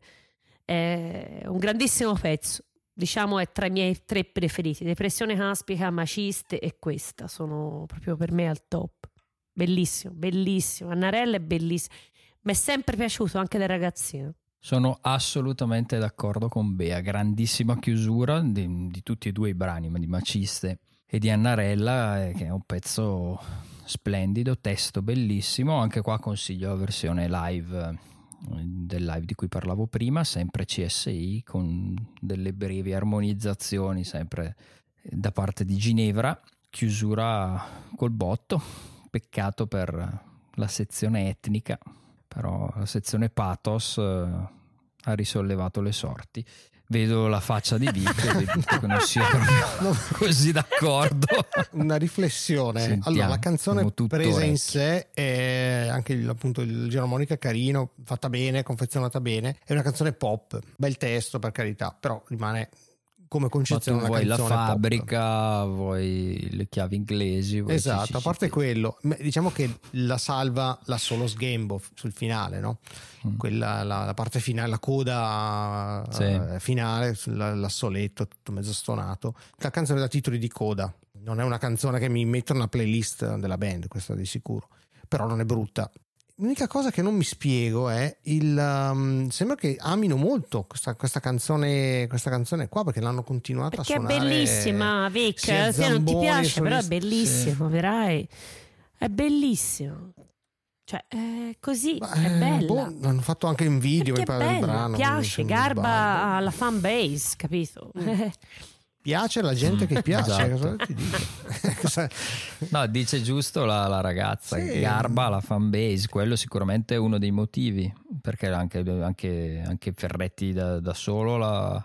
è un grandissimo pezzo, diciamo è tra i miei 3 preferiti: Depressione Caspica, Maciste e questa sono proprio per me al top. Bellissimo, bellissimo. Annarella è bellissima, mi è sempre piaciuto anche da ragazzino. Sono assolutamente d'accordo con Bea, grandissima chiusura di tutti e 2 i brani, ma di Maciste e di Annarella, che è un pezzo splendido, testo bellissimo. Anche qua consiglio la versione live, del live di cui parlavo prima, sempre CSI, con delle brevi armonizzazioni sempre da parte di Ginevra. Chiusura col botto, peccato per la sezione etnica, però la sezione pathos ha risollevato le sorti. Vedo la faccia di Vic e vedo che non sia proprio così d'accordo. Una riflessione. Sentiamo, allora, la canzone siamo tutto presa in orecchi. sé è anche appunto il gerarmonica carino, fatta bene, confezionata bene. È una canzone pop, bel testo per carità, però rimane come Ma tu concezione una vuoi la canzone pop. fabbrica, vuoi le chiavi inglesi, vuoi Esatto, a parte CCCP. quello, diciamo che la salva la solo sgembbo sul finale, no? Quella, la parte finale, la coda Sì. finale, l'assoletto tutto mezzo stonato. La canzone da titoli di coda, non è una canzone che mi metto nella playlist della band, questa di sicuro, però non è brutta. L'unica cosa che non mi spiego è sembra che amino molto questa canzone qua, perché l'hanno continuata Perché a è suonare. bellissima, Vic. sia Se non ti Zamboni, piace, però è solisti. bellissimo, vedrai. È bellissimo. Cioè, è così, è bella. Hanno fatto anche un video, mi Perché è pare, del bella, brano. piace, se non mi garba sbaglio. alla fan base, capito? Piace alla gente che piace. Esatto. Cosa ti dico? Cosa- No, dice giusto la ragazza, Sì. garba la fan base, quello sicuramente è uno dei motivi, perché anche Ferretti da solo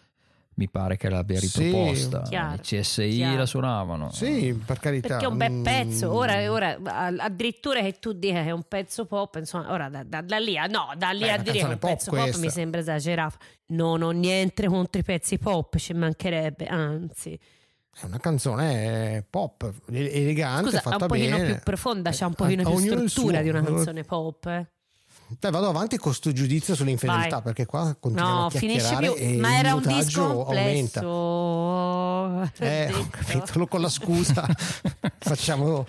mi pare che l'abbia Sì, riproposta. chiaro, I CSI chiaro. la suonavano. Sì, per carità. Perché è un bel pezzo. Ora addirittura che tu dica che è un pezzo pop, insomma, ora da lì a Beh, a una dire che è canzone un pop pezzo pop questa. mi sembra esagerato. Non ho niente contro i pezzi pop, ci mancherebbe, anzi. È una canzone pop, elegante, Scusa, è fatta un pochino bene. più profonda, c'è un pochino più Ognuno il struttura suo. di una canzone pop. Dai, vado avanti con sto giudizio sulle infedeltà, Vai. perché qua continuiamo No, a finisce chiacchierare più. e Ma era il un disco minutaggio aumenta. complesso. Ho capito, con la scusa facciamo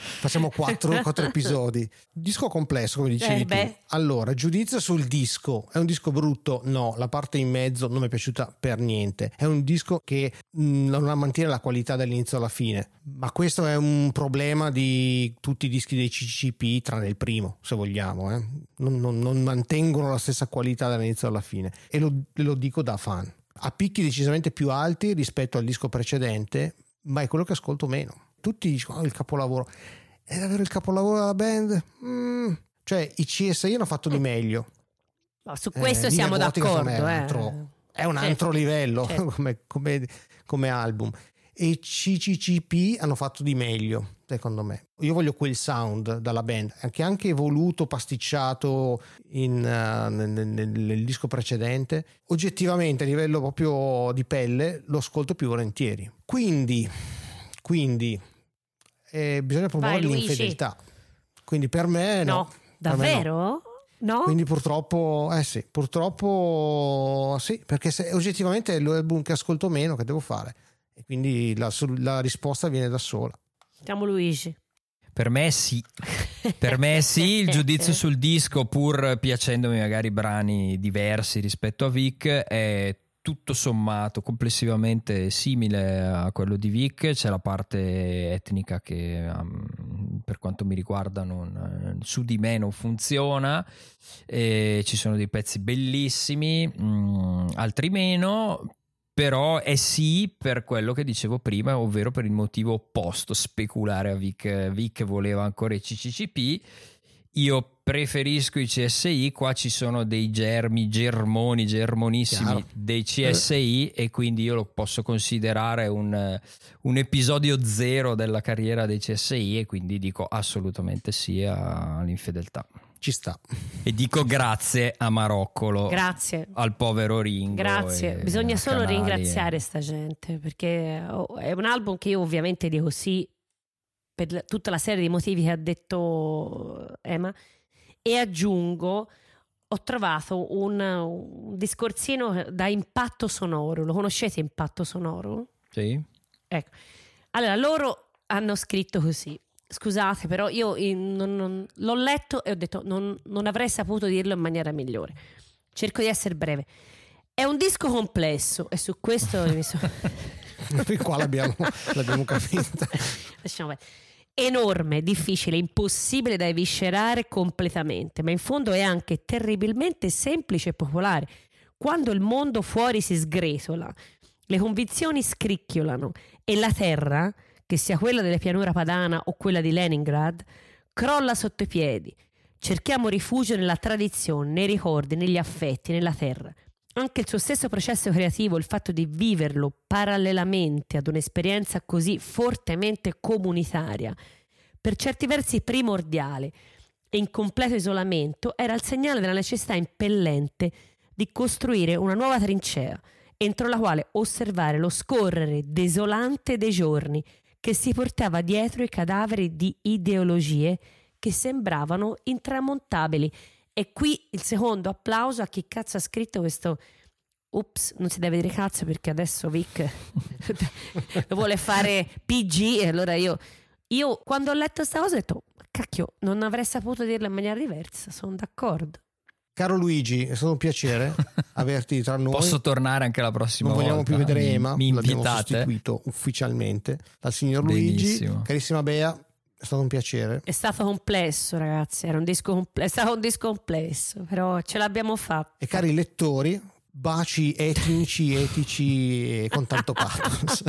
4 episodi. Disco complesso, come dicevi tu. Beh. Allora, giudizio sul disco. È un disco brutto? No, la parte in mezzo non mi è piaciuta per niente. È un disco che non mantiene la qualità dall'inizio alla fine, ma questo è un problema di tutti i dischi dei CCP, tranne il primo, se vogliamo. Non mantengono la stessa qualità dall'inizio alla fine, e lo dico da fan. Ha picchi decisamente più alti rispetto al disco precedente, ma è quello che ascolto meno. Tutti dicono il capolavoro. È davvero il capolavoro della band? Cioè, i CSI hanno fatto di meglio. No, su questo siamo Linea Gotica d'accordo. è un Certo, altro livello certo. come album. E i CCCP hanno fatto di meglio, secondo me. Io voglio quel sound dalla band, che anche evoluto, pasticciato nel disco precedente. Oggettivamente, a livello proprio di pelle, lo ascolto più volentieri. Quindi bisogna promuovere Luigi. l'infedeltà. Quindi per me no. No, Per me no. davvero? No? Quindi purtroppo sì, perché se oggettivamente è l'album che ascolto meno, che devo fare? E quindi la risposta viene da sola. Siamo Luigi. Per me sì, il giudizio sul disco, pur piacendomi magari brani diversi rispetto a Vic, è tutto sommato complessivamente simile a quello di Vic. C'è la parte etnica che per quanto mi riguarda su di me non funziona, e ci sono dei pezzi bellissimi, altri meno. Però è sì per quello che dicevo prima, ovvero per il motivo opposto, speculare a Vic. Vic voleva ancora i CCCP, io preferisco i CSI. Qua ci sono dei germonissimi Chiaro. dei CSI, e quindi io lo posso considerare un episodio zero della carriera dei CSI, e quindi dico assolutamente sì all'infedeltà. Ci sta. E dico grazie a Maroccolo, Grazie. al povero Ringo. Grazie, bisogna a solo Canali. ringraziare sta gente, perché è un album che io ovviamente dico sì per tutta la serie di motivi che ha detto Emma, e aggiungo, ho trovato un discorsino da Impatto Sonoro. Lo conoscete Impatto Sonoro? Sì. Ecco. Allora, loro hanno scritto così. Scusate, però io l'ho letto e ho detto non avrei saputo dirlo in maniera migliore. Cerco di essere breve. È un disco complesso, e su questo mi sono... Noi qua l'abbiamo capito. Lasciamo perdere. Enorme, difficile, impossibile da eviscerare completamente, ma in fondo è anche terribilmente semplice e popolare. Quando il mondo fuori si sgretola, le convinzioni scricchiolano e la terra, che sia quella delle pianura padana o quella di Leningrad, crolla sotto i piedi. Cerchiamo rifugio nella tradizione, nei ricordi, negli affetti, nella terra. Anche il suo stesso processo creativo, il fatto di viverlo parallelamente ad un'esperienza così fortemente comunitaria, per certi versi primordiale e in completo isolamento, era il segnale della necessità impellente di costruire una nuova trincea, entro la quale osservare lo scorrere desolante dei giorni che si portava dietro i cadaveri di ideologie che sembravano intramontabili. E qui il secondo applauso a chi cazzo ha scritto questo. Ups, non si deve dire cazzo perché adesso Vic lo vuole fare PG, e allora io quando ho letto questa cosa ho detto cacchio, non avrei saputo dirla in maniera diversa, sono d'accordo. Caro Luigi, è stato un piacere averti tra noi. Posso tornare anche la prossima volta? Non vogliamo più vedere Ema, mi l'abbiamo invitate? sostituito ufficialmente dal signor Benissimo. Luigi. Carissima Bea, è stato un piacere. È stato complesso, ragazzi, è stato un disco complesso, però ce l'abbiamo fatta. E cari lettori, baci etnici, etici e con tanto pathos.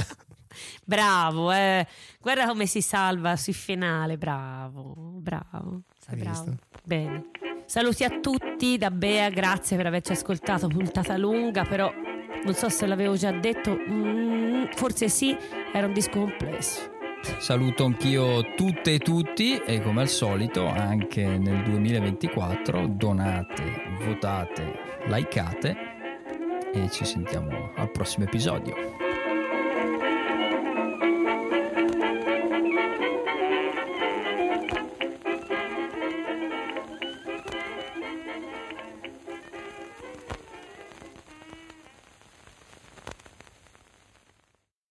Bravo, guarda come si salva sul finale, bravo, sei Hai bravo. visto? Bene. Saluti a tutti da Bea, grazie per averci ascoltato, puntata lunga, però non so se l'avevo già detto, forse sì, era un disco complesso. Saluto anch'io tutte e tutti, e come al solito anche nel 2024 donate, votate, likeate, e ci sentiamo al prossimo episodio.